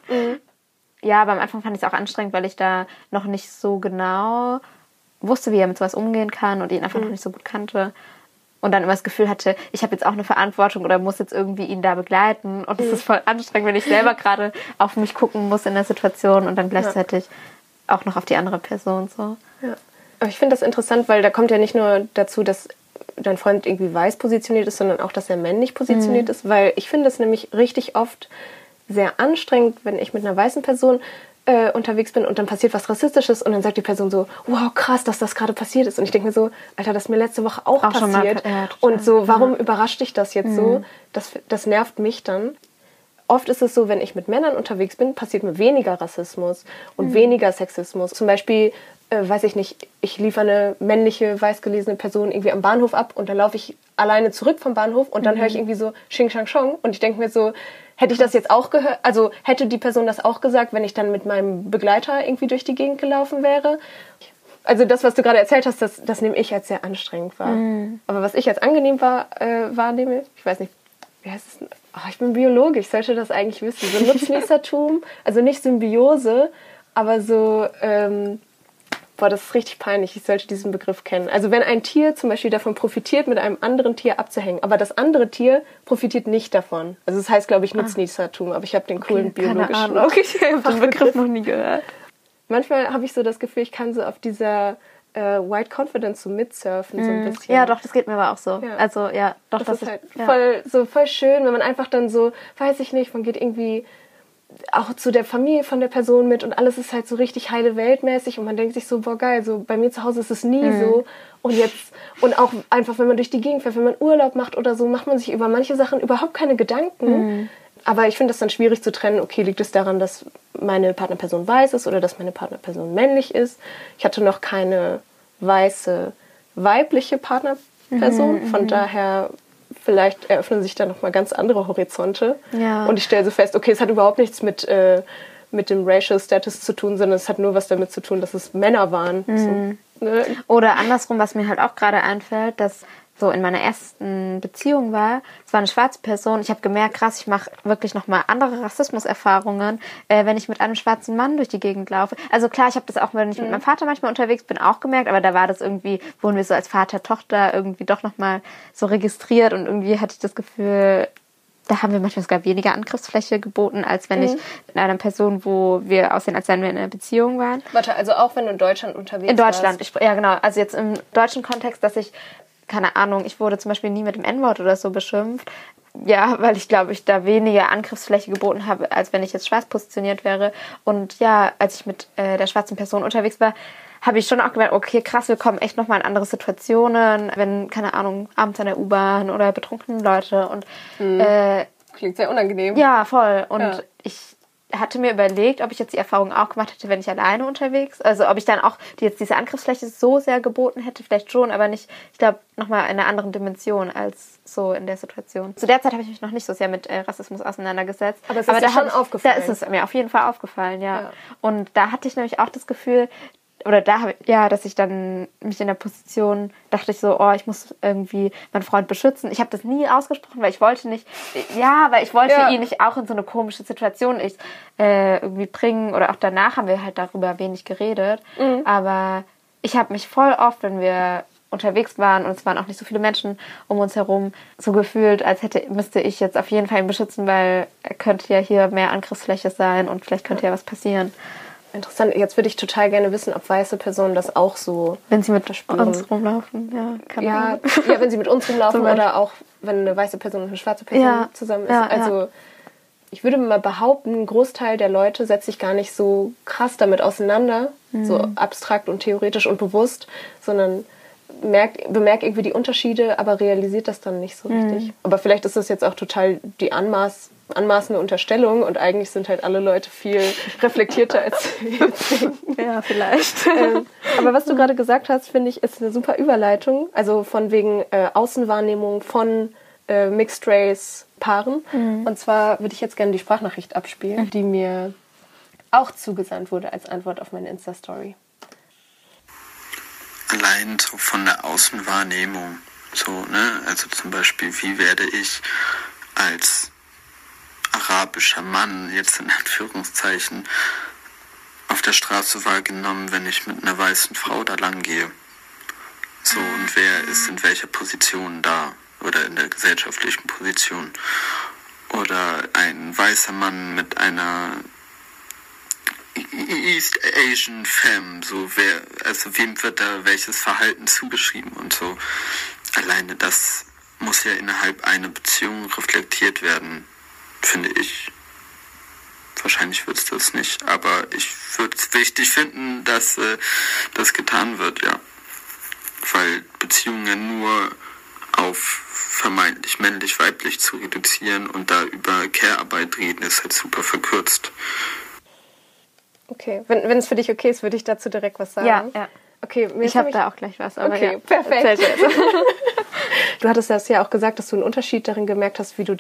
Ja, aber am Anfang fand ich es auch anstrengend, weil ich da noch nicht so genau wusste, wie er mit sowas umgehen kann und ihn einfach noch nicht so gut kannte. Und dann immer das Gefühl hatte, ich habe jetzt auch eine Verantwortung oder muss jetzt irgendwie ihn da begleiten. Und es ist voll anstrengend, wenn ich selber gerade auf mich gucken muss in der Situation und dann gleichzeitig auch noch auf die andere Person. So. Ja. Aber ich finde das interessant, weil da kommt ja nicht nur dazu, dass dein Freund irgendwie weiß positioniert ist, sondern auch, dass er männlich positioniert ist, weil ich finde es nämlich richtig oft sehr anstrengend, wenn ich mit einer weißen Person unterwegs bin und dann passiert was Rassistisches und dann sagt die Person so, wow, krass, dass das gerade passiert ist. Und ich denke mir so, Alter, das ist mir letzte Woche auch passiert. Und so, warum überrascht dich das jetzt so? Das nervt mich dann. Oft ist es so, wenn ich mit Männern unterwegs bin, passiert mir weniger Rassismus und weniger Sexismus. Zum Beispiel, weiß ich nicht, ich liefere eine männliche, weiß gelesene Person irgendwie am Bahnhof ab und dann laufe ich alleine zurück vom Bahnhof und dann höre ich irgendwie so Xing Shang Chong und ich denke mir so, hätte ich das jetzt auch gehört, also hätte die Person das auch gesagt, wenn ich dann mit meinem Begleiter irgendwie durch die Gegend gelaufen wäre? Also das, was du gerade erzählt hast, das nehme ich als sehr anstrengend wahr. Aber was ich als angenehm wahrnehme, ich weiß nicht, wie heißt es? Oh, ich bin Biologe, ich sollte das eigentlich wissen. So Nutznießertum, also nicht Symbiose, aber so, das ist richtig peinlich, ich sollte diesen Begriff kennen. Also wenn ein Tier zum Beispiel davon profitiert, mit einem anderen Tier abzuhängen, aber das andere Tier profitiert nicht davon. Also das heißt, glaube ich, Nutznießertum, aber ich habe den coolen biologischen Ich habe den Begriff noch nie gehört. Manchmal habe ich so das Gefühl, ich kann so auf dieser White Confidence so mitsurfen, so ein bisschen. Ja, doch, das geht mir aber auch so. Ja. Also, ja, doch, das ist halt voll schön, wenn man einfach dann so, weiß ich nicht, man geht irgendwie auch zu der Familie von der Person mit und alles ist halt so richtig heile weltmäßig und man denkt sich so, boah geil, so bei mir zu Hause ist es nie so und auch einfach, wenn man durch die Gegend fährt, wenn man Urlaub macht oder so, macht man sich über manche Sachen überhaupt keine Gedanken. Aber ich finde das dann schwierig zu trennen, okay, liegt es daran, dass meine Partnerperson weiß ist oder dass meine Partnerperson männlich ist. Ich hatte noch keine weiße weibliche Partnerperson, von daher vielleicht eröffnen sich da nochmal ganz andere Horizonte. Ja. Und ich stelle so fest, okay, es hat überhaupt nichts mit dem Racial Status zu tun, sondern es hat nur was damit zu tun, dass es Männer waren. So, ne? Oder andersrum, was mir halt auch gerade einfällt, dass so in meiner ersten Beziehung es war eine schwarze Person. Ich habe gemerkt, krass, ich mache wirklich nochmal andere Rassismuserfahrungen, wenn ich mit einem schwarzen Mann durch die Gegend laufe. Also klar, ich habe das auch, wenn ich mit meinem Vater manchmal unterwegs bin, auch gemerkt, aber da war das irgendwie, wurden wir so als Vater-Tochter irgendwie doch nochmal so registriert und irgendwie hatte ich das Gefühl, da haben wir manchmal sogar weniger Angriffsfläche geboten, als wenn ich mit einer Person, wo wir aussehen, als wären wir in einer Beziehung waren. Warte, also auch wenn du in Deutschland unterwegs warst? In Deutschland, ja genau. Also jetzt im deutschen Kontext, dass ich keine Ahnung, ich wurde zum Beispiel nie mit dem N-Wort oder so beschimpft. Ja, weil ich glaube, ich da weniger Angriffsfläche geboten habe, als wenn ich jetzt schwarz positioniert wäre. Und ja, als ich mit der schwarzen Person unterwegs war, habe ich schon auch gemerkt, okay, krass, wir kommen echt nochmal in andere Situationen, wenn, keine Ahnung, abends an der U-Bahn oder betrunkene Leute. Und klingt sehr unangenehm. Ja, voll. Und ich hatte mir überlegt, ob ich jetzt die Erfahrung auch gemacht hätte, wenn ich alleine unterwegs, also ob ich dann auch jetzt diese Angriffsfläche so sehr geboten hätte, vielleicht schon, aber nicht, ich glaube, nochmal in einer anderen Dimension als so in der Situation. Zu der Zeit habe ich mich noch nicht so sehr mit Rassismus auseinandergesetzt. Aber es ist dir schon aufgefallen? Da ist es mir auf jeden Fall aufgefallen, ja. Und da hatte ich nämlich auch das Gefühl, oder dass ich dann mich in der Position dachte ich so, ich muss irgendwie meinen Freund beschützen. Ich habe das nie ausgesprochen, weil ich wollte ihn nicht auch in so eine komische Situation irgendwie bringen. Oder auch danach haben wir halt darüber wenig geredet. Aber ich habe mich voll oft, wenn wir unterwegs waren und es waren auch nicht so viele Menschen um uns herum, so gefühlt, als müsste ich jetzt auf jeden Fall ihn beschützen, weil er könnte ja hier mehr Angriffsfläche sein und vielleicht könnte ja was passieren. Interessant. Jetzt würde ich total gerne wissen, ob weiße Personen das auch so wenn sie mit uns rumlaufen, ja, wenn sie mit uns rumlaufen oder auch, wenn eine weiße Person und eine schwarze Person zusammen ist. Also ich würde mal behaupten, ein Großteil der Leute setzt sich gar nicht so krass damit auseinander, so abstrakt und theoretisch und bewusst, sondern bemerkt irgendwie die Unterschiede, aber realisiert das dann nicht so richtig. Aber vielleicht ist das jetzt auch total die anmaßende Unterstellung und eigentlich sind halt alle Leute viel reflektierter als wir jetzt denken. Ja, vielleicht. Aber was du gerade gesagt hast, finde ich, ist eine super Überleitung. Also von wegen Außenwahrnehmung von Mixed Race Paaren. Und zwar würde ich jetzt gerne die Sprachnachricht abspielen, die mir auch zugesandt wurde als Antwort auf meine Insta-Story. Allein so von der Außenwahrnehmung, so, ne, also zum Beispiel, wie werde ich als arabischer Mann, jetzt in Anführungszeichen, auf der Straße wahrgenommen, wenn ich mit einer weißen Frau da lang gehe. So, und wer ist in welcher Position da oder in der gesellschaftlichen Position. Oder ein weißer Mann mit einer East Asian Femme, so wem wird da welches Verhalten zugeschrieben und so. Alleine das muss ja innerhalb einer Beziehung reflektiert werden, finde ich. Wahrscheinlich wird es das nicht, aber ich würde es wichtig finden, dass das getan wird, ja. Weil Beziehungen nur auf vermeintlich männlich-weiblich zu reduzieren und da über Care-Arbeit reden, ist halt super verkürzt. Okay, wenn es für dich okay ist, würde ich dazu direkt was sagen. Ja. Okay, ich habe da auch gleich was. Aber okay, perfekt. Du hattest das ja auch gesagt, dass du einen Unterschied darin gemerkt hast, wie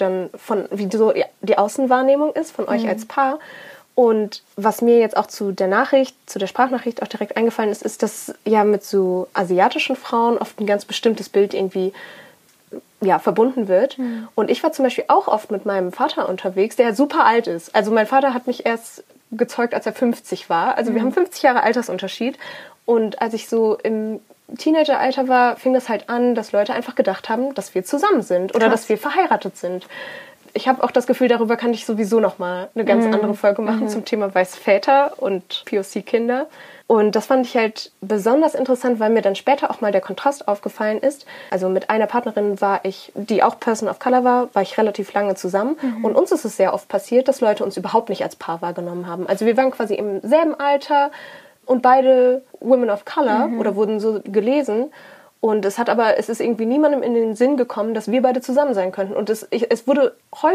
so die Außenwahrnehmung ist von euch als Paar. Und was mir jetzt auch zu der Sprachnachricht auch direkt eingefallen ist, ist, dass ja mit so asiatischen Frauen oft ein ganz bestimmtes Bild irgendwie verbunden wird. Und ich war zum Beispiel auch oft mit meinem Vater unterwegs, der super alt ist. Also mein Vater hat mich erst gezeugt, als er 50 war. Also wir haben 50 Jahre Altersunterschied. Und als ich so im Teenageralter war, fing das halt an, dass Leute einfach gedacht haben, dass wir zusammen sind oder dass wir verheiratet sind. Ich habe auch das Gefühl, darüber kann ich sowieso nochmal eine ganz andere Folge machen zum Thema weiße Väter und POC-Kinder. Und das fand ich halt besonders interessant, weil mir dann später auch mal der Kontrast aufgefallen ist. Also mit einer Partnerin die auch Person of Color war ich relativ lange zusammen. Und uns ist es sehr oft passiert, dass Leute uns überhaupt nicht als Paar wahrgenommen haben. Also wir waren quasi im selben Alter und beide Women of Color oder wurden so gelesen. Und es ist irgendwie niemandem in den Sinn gekommen, dass wir beide zusammen sein könnten. Und es ist mir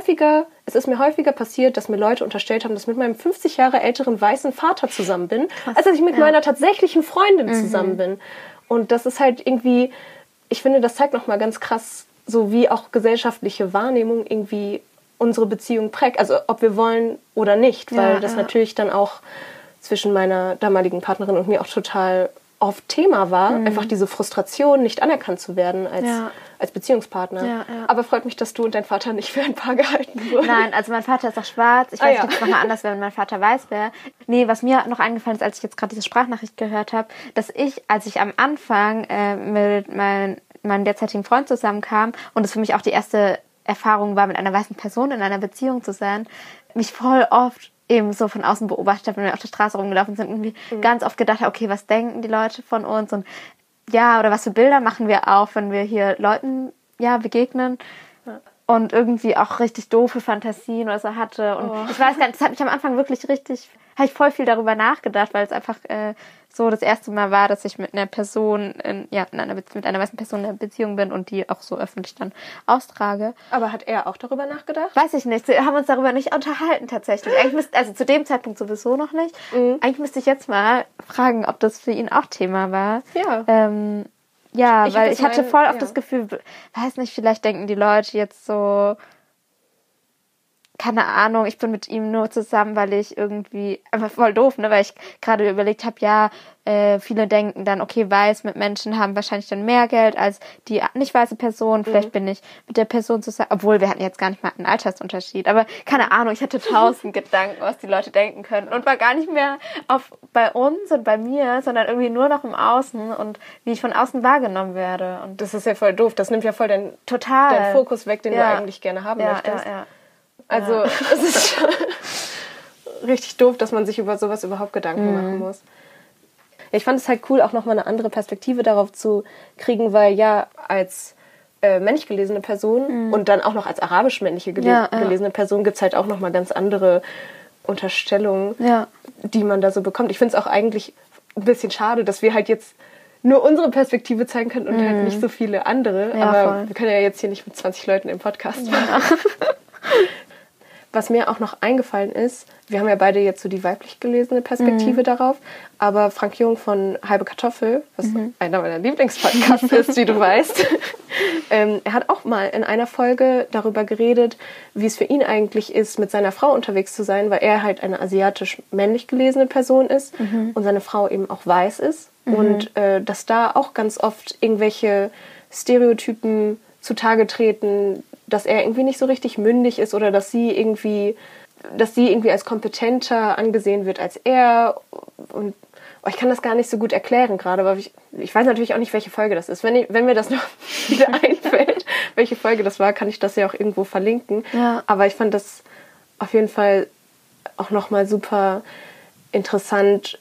häufiger passiert, dass mir Leute unterstellt haben, dass ich mit meinem 50 Jahre älteren weißen Vater zusammen bin, als dass ich mit meiner tatsächlichen Freundin zusammen bin. Und das ist halt irgendwie, ich finde, das zeigt nochmal ganz krass, so wie auch gesellschaftliche Wahrnehmung irgendwie unsere Beziehung prägt. Also ob wir wollen oder nicht, weil das natürlich dann auch zwischen meiner damaligen Partnerin und mir auch total oft Thema war, einfach diese Frustration, nicht anerkannt zu werden als Beziehungspartner. Ja. Aber freut mich, dass du und dein Vater nicht für ein Paar gehalten wurden. Nein, also mein Vater ist auch schwarz. Ich weiß nicht, ob es nochmal anders wäre, wenn mein Vater weiß wäre. Nee, was mir noch eingefallen ist, als ich jetzt gerade diese Sprachnachricht gehört habe, dass als ich am Anfang mit meinem derzeitigen Freund zusammenkam und es für mich auch die erste Erfahrung war, mit einer weißen Person in einer Beziehung zu sein, mich voll oft eben so von außen beobachtet habe, wenn wir auf der Straße rumgelaufen sind, irgendwie ganz oft gedacht habe, okay, was denken die Leute von uns und oder was für Bilder machen wir auch, wenn wir hier Leuten begegnen und irgendwie auch richtig doofe Fantasien oder so hatte und ich weiß gar nicht, das hat mich am Anfang wirklich habe ich voll viel darüber nachgedacht, weil es einfach so das erste Mal war, dass ich mit einer Person, mit einer weißen Person in einer Beziehung bin und die auch so öffentlich dann austrage. Aber hat er auch darüber nachgedacht? Weiß ich nicht. Wir haben uns darüber nicht unterhalten tatsächlich. Also zu dem Zeitpunkt sowieso noch nicht. Eigentlich müsste ich jetzt mal fragen, ob das für ihn auch Thema war. Ja. Weil ich hatte voll oft das Gefühl, weiß nicht, vielleicht denken die Leute jetzt so, keine Ahnung, ich bin mit ihm nur zusammen, weil ich irgendwie, einfach voll doof, ne, weil ich gerade überlegt habe, ja, viele denken dann, okay, weiß mit Menschen haben wahrscheinlich dann mehr Geld als die nicht weiße Person, vielleicht bin ich mit der Person zusammen, obwohl wir hatten jetzt gar nicht mal einen Altersunterschied, aber keine Ahnung, ich hatte 1000 Gedanken, was die Leute denken könnten und war gar nicht mehr bei uns und bei mir, sondern irgendwie nur noch im Außen und wie ich von außen wahrgenommen werde. Und das ist ja voll doof, das nimmt ja voll deinen Fokus weg, den du eigentlich gerne haben möchtest. Ja. Also es ist schon richtig doof, dass man sich über sowas überhaupt Gedanken machen muss. Ich fand es halt cool, auch nochmal eine andere Perspektive darauf zu kriegen, weil ja als männlich gelesene Person und dann auch noch als arabisch-männliche gelesene Person gibt es halt auch nochmal ganz andere Unterstellungen, die man da so bekommt. Ich finde es auch eigentlich ein bisschen schade, dass wir halt jetzt nur unsere Perspektive zeigen können und halt nicht so viele andere. Ja, aber voll. wir können ja jetzt hier nicht mit 20 Leuten im Podcast machen. Was mir auch noch eingefallen ist, wir haben ja beide jetzt so die weiblich gelesene Perspektive darauf, aber Frank Jung von Halbe Kartoffel, was einer meiner Lieblingspodcasts ist, wie du weißt, er hat auch mal in einer Folge darüber geredet, wie es für ihn eigentlich ist, mit seiner Frau unterwegs zu sein, weil er halt eine asiatisch-männlich gelesene Person ist und seine Frau eben auch weiß ist und dass da auch ganz oft irgendwelche Stereotypen zutage treten, dass er irgendwie nicht so richtig mündig ist oder dass sie irgendwie als kompetenter angesehen wird als er. Und ich kann das gar nicht so gut erklären gerade, aber ich weiß natürlich auch nicht, welche Folge das ist. Wenn mir das noch wieder einfällt, welche Folge das war, kann ich das ja auch irgendwo verlinken. Ja. Aber ich fand das auf jeden Fall auch nochmal super interessant,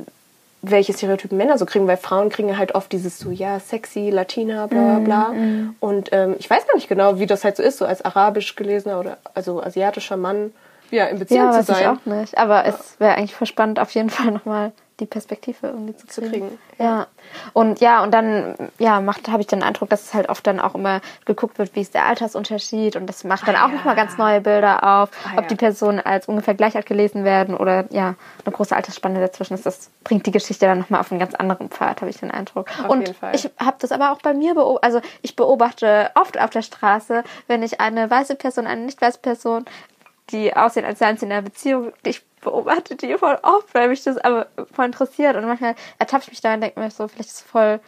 welche Stereotypen Männer so kriegen, weil Frauen kriegen ja halt oft dieses so, ja, sexy, Latina, bla bla. Und ich weiß gar nicht genau, wie das halt so ist, so als arabisch gelesener oder also asiatischer Mann in Beziehung zu sein. Ja, weiß ich auch nicht. Aber es wäre eigentlich voll spannend, auf jeden Fall nochmal die Perspektive irgendwie zu kriegen. Ja. Und dann habe ich den Eindruck, dass es halt oft dann auch immer geguckt wird, wie ist der Altersunterschied und das macht dann auch nochmal ganz neue Bilder auf, ob die Personen als ungefähr gleich alt gelesen werden oder eine große Altersspanne dazwischen ist. Das bringt die Geschichte dann nochmal auf einen ganz anderen Pfad, habe ich den Eindruck. Auf jeden Fall. Ich habe das aber auch bei mir beobachtet, also ich beobachte oft auf der Straße, wenn ich eine weiße Person, eine nicht weiße Person, die aussehen, als seien sie in einer Beziehung, ich beobachte die voll oft, weil mich das aber voll interessiert und manchmal ertappe ich mich da und denke mir so, vielleicht ist es voll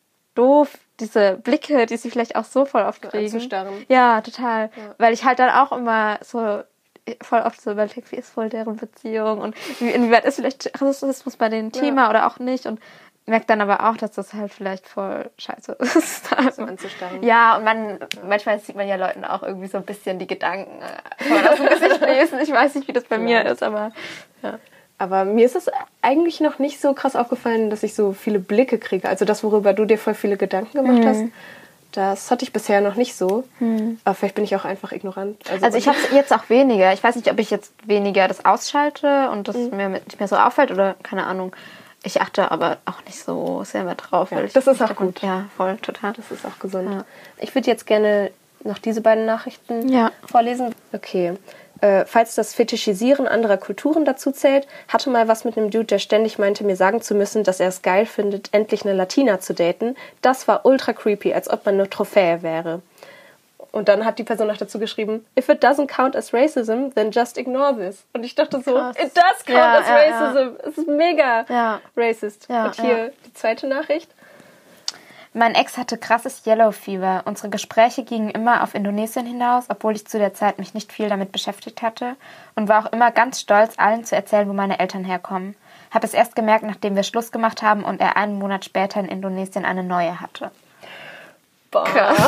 doof, diese Blicke, die sie vielleicht auch so voll oft kriegen. Anzustarren. Ja, total. Ja. Weil ich halt dann auch immer so voll oft so überlege, wie ist wohl deren Beziehung und inwieweit ist vielleicht Rassismus bei denen Thema oder auch nicht und merke dann aber auch, dass das halt vielleicht voll scheiße ist. So anzustarren. Ja, und manchmal sieht man ja Leuten auch irgendwie so ein bisschen die Gedanken, kann man aus dem Gesicht lesen. Ich weiß nicht, wie das bei mir ist, aber ja. Aber mir ist es eigentlich noch nicht so krass aufgefallen, dass ich so viele Blicke kriege. Also das, worüber du dir voll viele Gedanken gemacht hast, das hatte ich bisher noch nicht so. Aber vielleicht bin ich auch einfach ignorant. Also ich habe es jetzt auch weniger. Ich weiß nicht, ob ich jetzt weniger das ausschalte und das mir nicht mehr so auffällt oder keine Ahnung. Ich achte aber auch nicht so sehr mehr drauf. Ja, das ist auch gut. Ja, voll, total. Das ist auch gesund. Ja. Ich würde jetzt gerne noch diese beiden Nachrichten vorlesen. Okay. Falls das Fetischisieren anderer Kulturen dazu zählt, hatte mal was mit einem Dude, der ständig meinte, mir sagen zu müssen, dass er es geil findet, endlich eine Latina zu daten. Das war ultra creepy, als ob man eine Trophäe wäre. Und dann hat die Person noch dazu geschrieben, if it doesn't count as racism, then just ignore this. Und ich dachte so, krass. It does count as racism. Es ist mega racist. Ja, und hier die zweite Nachricht. Mein Ex hatte krasses Yellow Fever. Unsere Gespräche gingen immer auf Indonesien hinaus, obwohl ich zu der Zeit mich nicht viel damit beschäftigt hatte und war auch immer ganz stolz, allen zu erzählen, wo meine Eltern herkommen. Habe es erst gemerkt, nachdem wir Schluss gemacht haben und er einen Monat später in Indonesien eine neue hatte. Boah.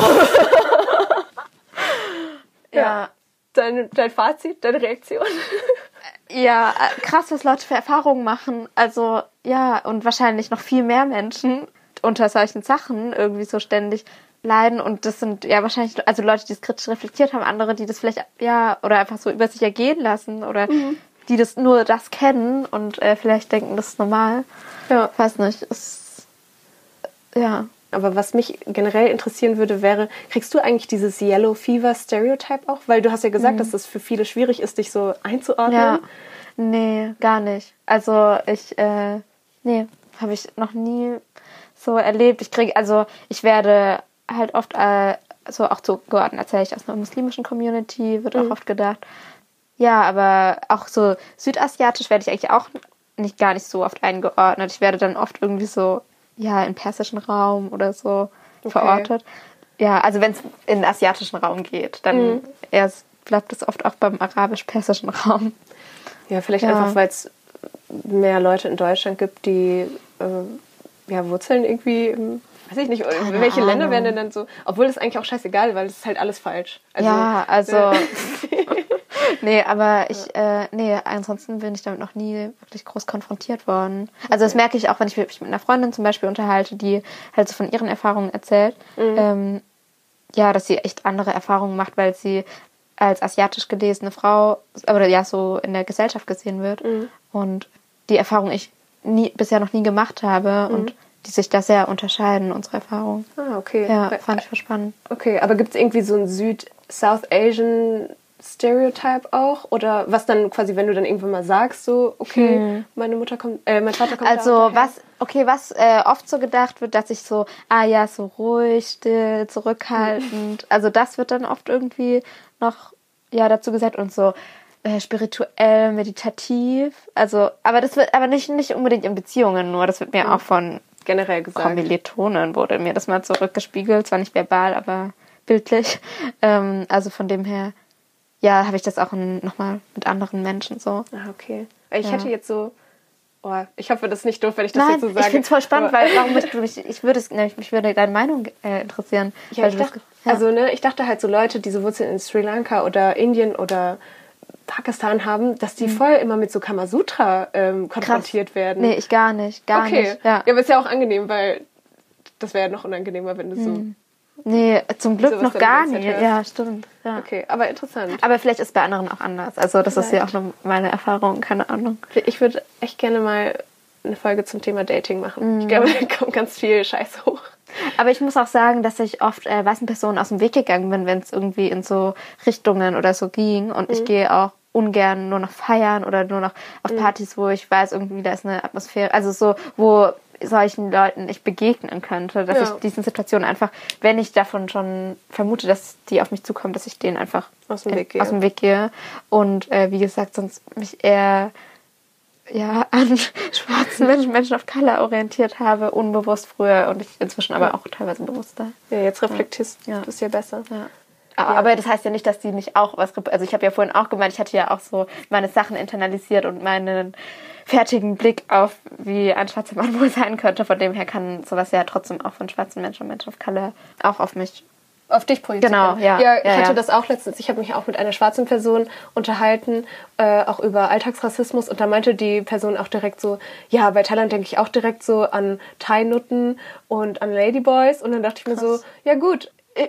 Ja. Dein Fazit, deine Reaktion? Ja, krass, was Leute für Erfahrungen machen. Also, ja, und wahrscheinlich noch viel mehr Menschen unter solchen Sachen irgendwie so ständig leiden. Und das sind ja wahrscheinlich, also Leute, die es kritisch reflektiert haben, andere, die das vielleicht, oder einfach so über sich ergehen lassen oder die nur das kennen und vielleicht denken, das ist normal. Ja. Weiß nicht, Aber was mich generell interessieren würde, wäre, kriegst du eigentlich dieses Yellow Fever Stereotype auch? Weil du hast ja gesagt, dass das für viele schwierig ist, dich so einzuordnen. Ja, nee, gar nicht. Also habe ich noch nie so erlebt. Ich werde halt oft so auch zugeordnet, erzähle ich aus einer muslimischen Community, wird auch oft gedacht. Ja, aber auch so südasiatisch werde ich eigentlich auch gar nicht so oft eingeordnet. Ich werde dann oft irgendwie so, ja, im persischen Raum oder so verortet. Ja, also wenn es in den asiatischen Raum geht, dann bleibt es oft auch beim arabisch-persischen Raum. Ja, vielleicht einfach, weil es mehr Leute in Deutschland gibt, die Wurzeln irgendwie weiß ich nicht, in welche Länder werden denn dann so, obwohl das eigentlich auch scheißegal, weil es ist halt alles falsch. Also, nee, aber ansonsten bin ich damit noch nie wirklich groß konfrontiert worden. Also das merke ich auch, wenn ich mich mit einer Freundin zum Beispiel unterhalte, die halt so von ihren Erfahrungen erzählt, dass sie echt andere Erfahrungen macht, weil sie als asiatisch gelesene Frau, oder ja, so in der Gesellschaft gesehen wird. Und die Erfahrung ich bisher noch nie gemacht habe und die sich da sehr unterscheiden, unsere Erfahrungen. Ah, okay. Ja, fand ich voll spannend. Okay, aber gibt es irgendwie so ein South Asian Stereotype auch? Oder was dann quasi, wenn du dann irgendwann mal sagst, so, okay, mein Vater kommt also was oft so gedacht wird, dass ich so, so ruhig, still, zurückhaltend, also das wird dann oft irgendwie noch, dazu gesagt und so spirituell, meditativ, also, aber das wird aber nicht unbedingt in Beziehungen nur, das wird mir auch von generell gesagt. Kommilitonen wurde mir das mal zurückgespiegelt, zwar nicht verbal, aber bildlich, also von dem her, habe ich das auch nochmal mit anderen Menschen so. Ah, okay. Ich hätte jetzt so, ich hoffe, das ist nicht doof, wenn ich das jetzt so sage. Ich finde es voll spannend, weil mich würde deine Meinung interessieren. Ja, ich dachte halt so Leute, die so Wurzeln in Sri Lanka oder Indien oder Pakistan haben, dass die voll immer mit so Kamasutra konfrontiert werden. Nee, ich gar nicht. Okay. Ja, aber ist ja auch angenehm, weil das wäre ja noch unangenehmer, wenn du so... Nee, zum Glück noch gar nicht. Ja, stimmt. Ja. Okay, aber interessant. Aber vielleicht ist es bei anderen auch anders. Also das ist ja auch nur meine Erfahrung, keine Ahnung. Ich würde echt gerne mal eine Folge zum Thema Dating machen. Ich glaube, da kommt ganz viel Scheiß hoch. Aber ich muss auch sagen, dass ich oft weißen Personen aus dem Weg gegangen bin, wenn es irgendwie in so Richtungen oder so ging. Und ich gehe auch ungern nur noch feiern oder nur noch auf Partys, wo ich weiß, irgendwie da ist eine Atmosphäre, also so, wo solchen Leuten ich begegnen könnte, dass ich diesen Situationen einfach, wenn ich davon schon vermute, dass die auf mich zukommen, dass ich denen einfach aus dem Weg gehe. Und wie gesagt, sonst mich eher an schwarzen Menschen of Color orientiert habe, unbewusst früher und ich inzwischen aber auch teilweise bewusster. Ja, jetzt reflektierst du es ja besser. Ja. Aber das heißt ja nicht, dass die nicht auch also ich habe ja vorhin auch gemeint, ich hatte ja auch so meine Sachen internalisiert und meinen fertigen Blick auf, wie ein schwarzer Mann wohl sein könnte. Von dem her kann sowas ja trotzdem auch von schwarzen Menschen und Menschen of Color auch auf mich. Auf dich projizieren. Genau, ja. Ich hatte das auch letztens. Ich habe mich auch mit einer schwarzen Person unterhalten, auch über Alltagsrassismus. Und da meinte die Person auch direkt so, ja, bei Thailand denke ich auch direkt so an Thai-Nutten und an Ladyboys. Und dann dachte ich mir so, ja gut.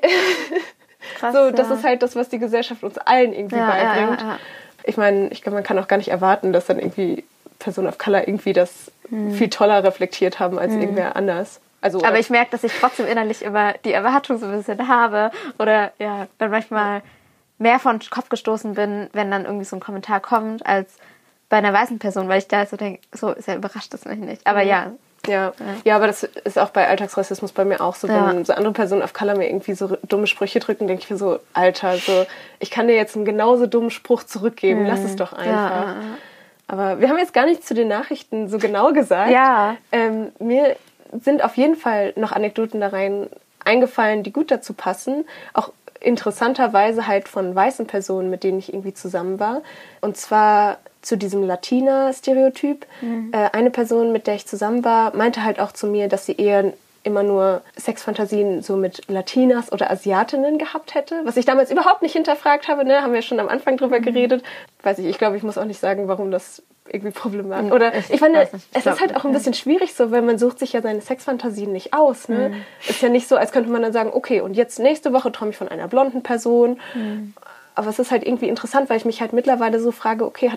Krass, so, das ist halt das, was die Gesellschaft uns allen irgendwie beibringt. Ja. Ich meine, ich glaube, man kann auch gar nicht erwarten, dass dann irgendwie Personen of Color irgendwie das viel toller reflektiert haben als irgendwer anders. Also, aber ich merke, dass ich trotzdem innerlich immer die Erwartung so ein bisschen habe oder dann manchmal mehr von den Kopf gestoßen bin, wenn dann irgendwie so ein Kommentar kommt, als bei einer weißen Person, weil ich da so denke, so ist ja überrascht das mich nicht. Aber Ja, aber das ist auch bei Alltagsrassismus bei mir auch so, wenn so andere Personen of Color mir irgendwie so dumme Sprüche drücken, denke ich mir so, Alter, so, ich kann dir jetzt einen genauso dummen Spruch zurückgeben, lass es doch einfach. Ja. Aber wir haben jetzt gar nichts zu den Nachrichten so genau gesagt. Ja. Mir sind auf jeden Fall noch Anekdoten da rein eingefallen, die gut dazu passen. Auch interessanterweise halt von weißen Personen, mit denen ich irgendwie zusammen war. Und zwar zu diesem Latina-Stereotyp. Eine Person, mit der ich zusammen war, meinte halt auch zu mir, dass sie eher immer nur Sexfantasien so mit Latinas oder Asiatinnen gehabt hätte, was ich damals überhaupt nicht hinterfragt habe, ne? Haben wir schon am Anfang drüber geredet. Weiß ich glaube, ich muss auch nicht sagen, warum das irgendwie problematisch ist. Oder ich finde, es ist halt auch ein bisschen schwierig so, weil man sucht sich ja seine Sexfantasien nicht aus, ne? Ist ja nicht so, als könnte man dann sagen, okay, und jetzt nächste Woche träume ich von einer blonden Person. Aber es ist halt irgendwie interessant, weil ich mich halt mittlerweile so frage, okay,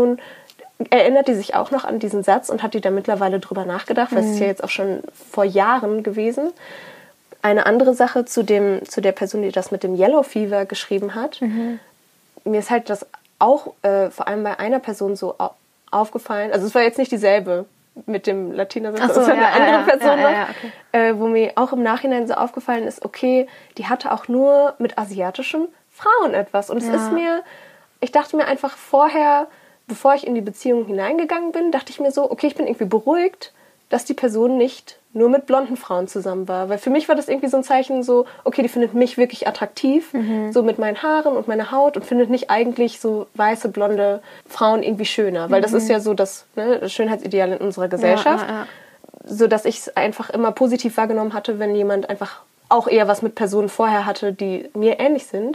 erinnert die sich auch noch an diesen Satz und hat die da mittlerweile drüber nachgedacht, weil es ist ja jetzt auch schon vor Jahren gewesen. Eine andere Sache zu der Person, die das mit dem Yellow Fever geschrieben hat. Mir ist halt das auch vor allem bei einer Person so aufgefallen, also es war jetzt nicht dieselbe mit dem Latiner-Satz, das war eine andere Person noch, wo mir auch im Nachhinein so aufgefallen ist, okay, die hatte auch nur mit asiatischen Frauen etwas und es ist mir ich dachte mir einfach vorher, bevor ich in die Beziehung hineingegangen bin, dachte ich mir so, okay, ich bin irgendwie beruhigt, dass die Person nicht nur mit blonden Frauen zusammen war. Weil für mich war das irgendwie so ein Zeichen so, okay, die findet mich wirklich attraktiv, so mit meinen Haaren und meiner Haut und findet nicht eigentlich so weiße, blonde Frauen irgendwie schöner. Weil das ist ja so das Schönheitsideal in unserer Gesellschaft. Ja. So dass ich es einfach immer positiv wahrgenommen hatte, wenn jemand einfach auch eher was mit Personen vorher hatte, die mir ähnlich sind.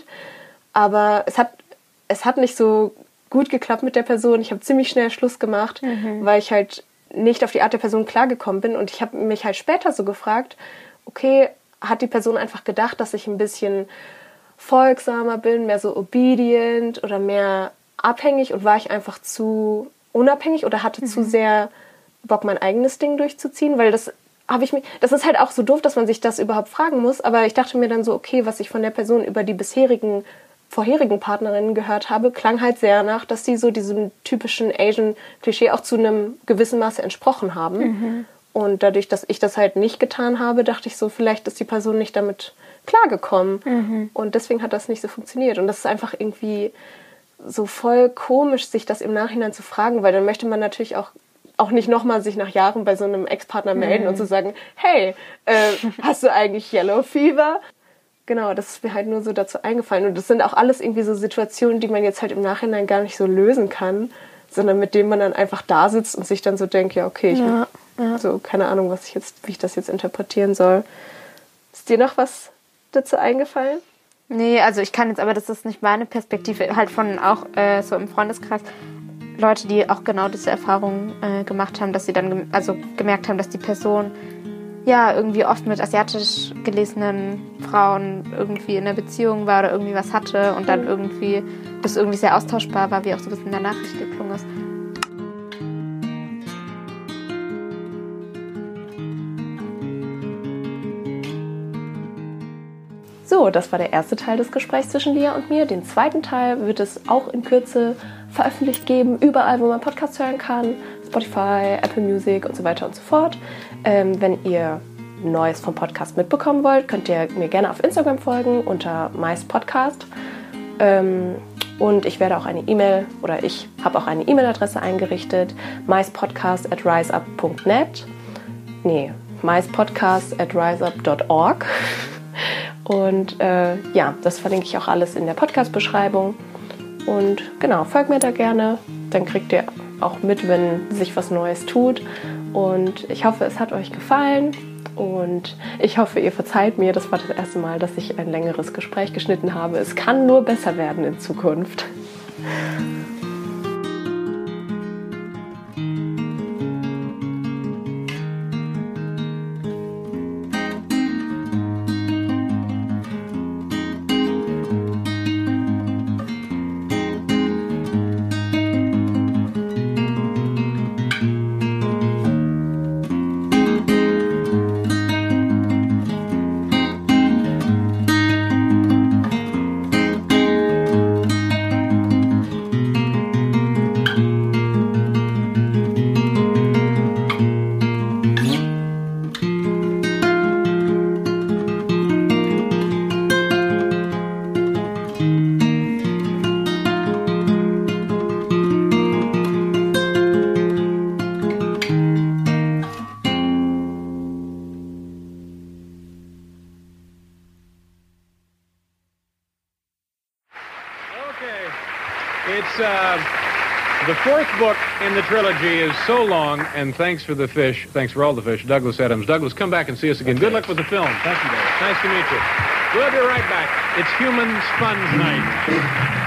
Aber es hat nicht so gut geklappt mit der Person. Ich habe ziemlich schnell Schluss gemacht, weil ich halt nicht auf die Art der Person klargekommen bin. Und ich habe mich halt später so gefragt, okay, hat die Person einfach gedacht, dass ich ein bisschen folgsamer bin, mehr so obedient oder mehr abhängig und war ich einfach zu unabhängig oder hatte zu sehr Bock, mein eigenes Ding durchzuziehen? Weil das ist halt auch so doof, dass man sich das überhaupt fragen muss. Aber ich dachte mir dann so, okay, was ich von der Person über die vorherigen Partnerinnen gehört habe, klang halt sehr nach, dass die so diesem typischen Asian-Klischee auch zu einem gewissen Maße entsprochen haben. Und dadurch, dass ich das halt nicht getan habe, dachte ich so, vielleicht ist die Person nicht damit klargekommen. Und deswegen hat das nicht so funktioniert. Und das ist einfach irgendwie so voll komisch, sich das im Nachhinein zu fragen, weil dann möchte man natürlich auch nicht nochmal sich nach Jahren bei so einem Ex-Partner melden und zu sagen, hey, hast du eigentlich Yellow Fever? Genau, das ist mir halt nur so dazu eingefallen. Und das sind auch alles irgendwie so Situationen, die man jetzt halt im Nachhinein gar nicht so lösen kann, sondern mit denen man dann einfach da sitzt und sich dann so denkt, ja, okay, so keine Ahnung, wie ich das jetzt interpretieren soll. Ist dir noch was dazu eingefallen? Nee, also ich kann jetzt, aber das ist nicht meine Perspektive, halt von auch so im Freundeskreis, Leute, die auch genau diese Erfahrung gemacht haben, dass sie dann gemerkt haben, dass die Person ja irgendwie oft mit asiatisch gelesenen Frauen irgendwie in einer Beziehung war oder irgendwie was hatte und dann irgendwie das irgendwie sehr austauschbar war, wie auch so ein bisschen in der Nachricht geklungen ist. So, das war der erste Teil des Gesprächs zwischen Lia und mir. Den zweiten Teil wird es auch in Kürze veröffentlicht geben, überall, wo man Podcasts hören kann. Spotify, Apple Music und so weiter und so fort. Wenn ihr Neues vom Podcast mitbekommen wollt, könnt ihr mir gerne auf Instagram folgen unter MaisPodcast. Und ich werde auch ich habe auch eine E-Mail-Adresse eingerichtet, maispodcast@riseup.net. Nee, maispodcast@riseup.org. Und das verlinke ich auch alles in der Podcast-Beschreibung. Und genau, folgt mir da gerne. Dann kriegt ihr auch mit, wenn sich was Neues tut. Und ich hoffe, es hat euch gefallen. Und ich hoffe, ihr verzeiht mir. Das war das erste Mal, dass ich ein längeres Gespräch geschnitten habe. Es kann nur besser werden in Zukunft. The fourth book in the trilogy is so long, and thanks for the fish. Thanks for all the fish. Douglas Adams. Douglas, come back and see us again. Good luck with the film. Thank you, Dave. Nice to meet you. We'll be right back. It's Human Sponge Night.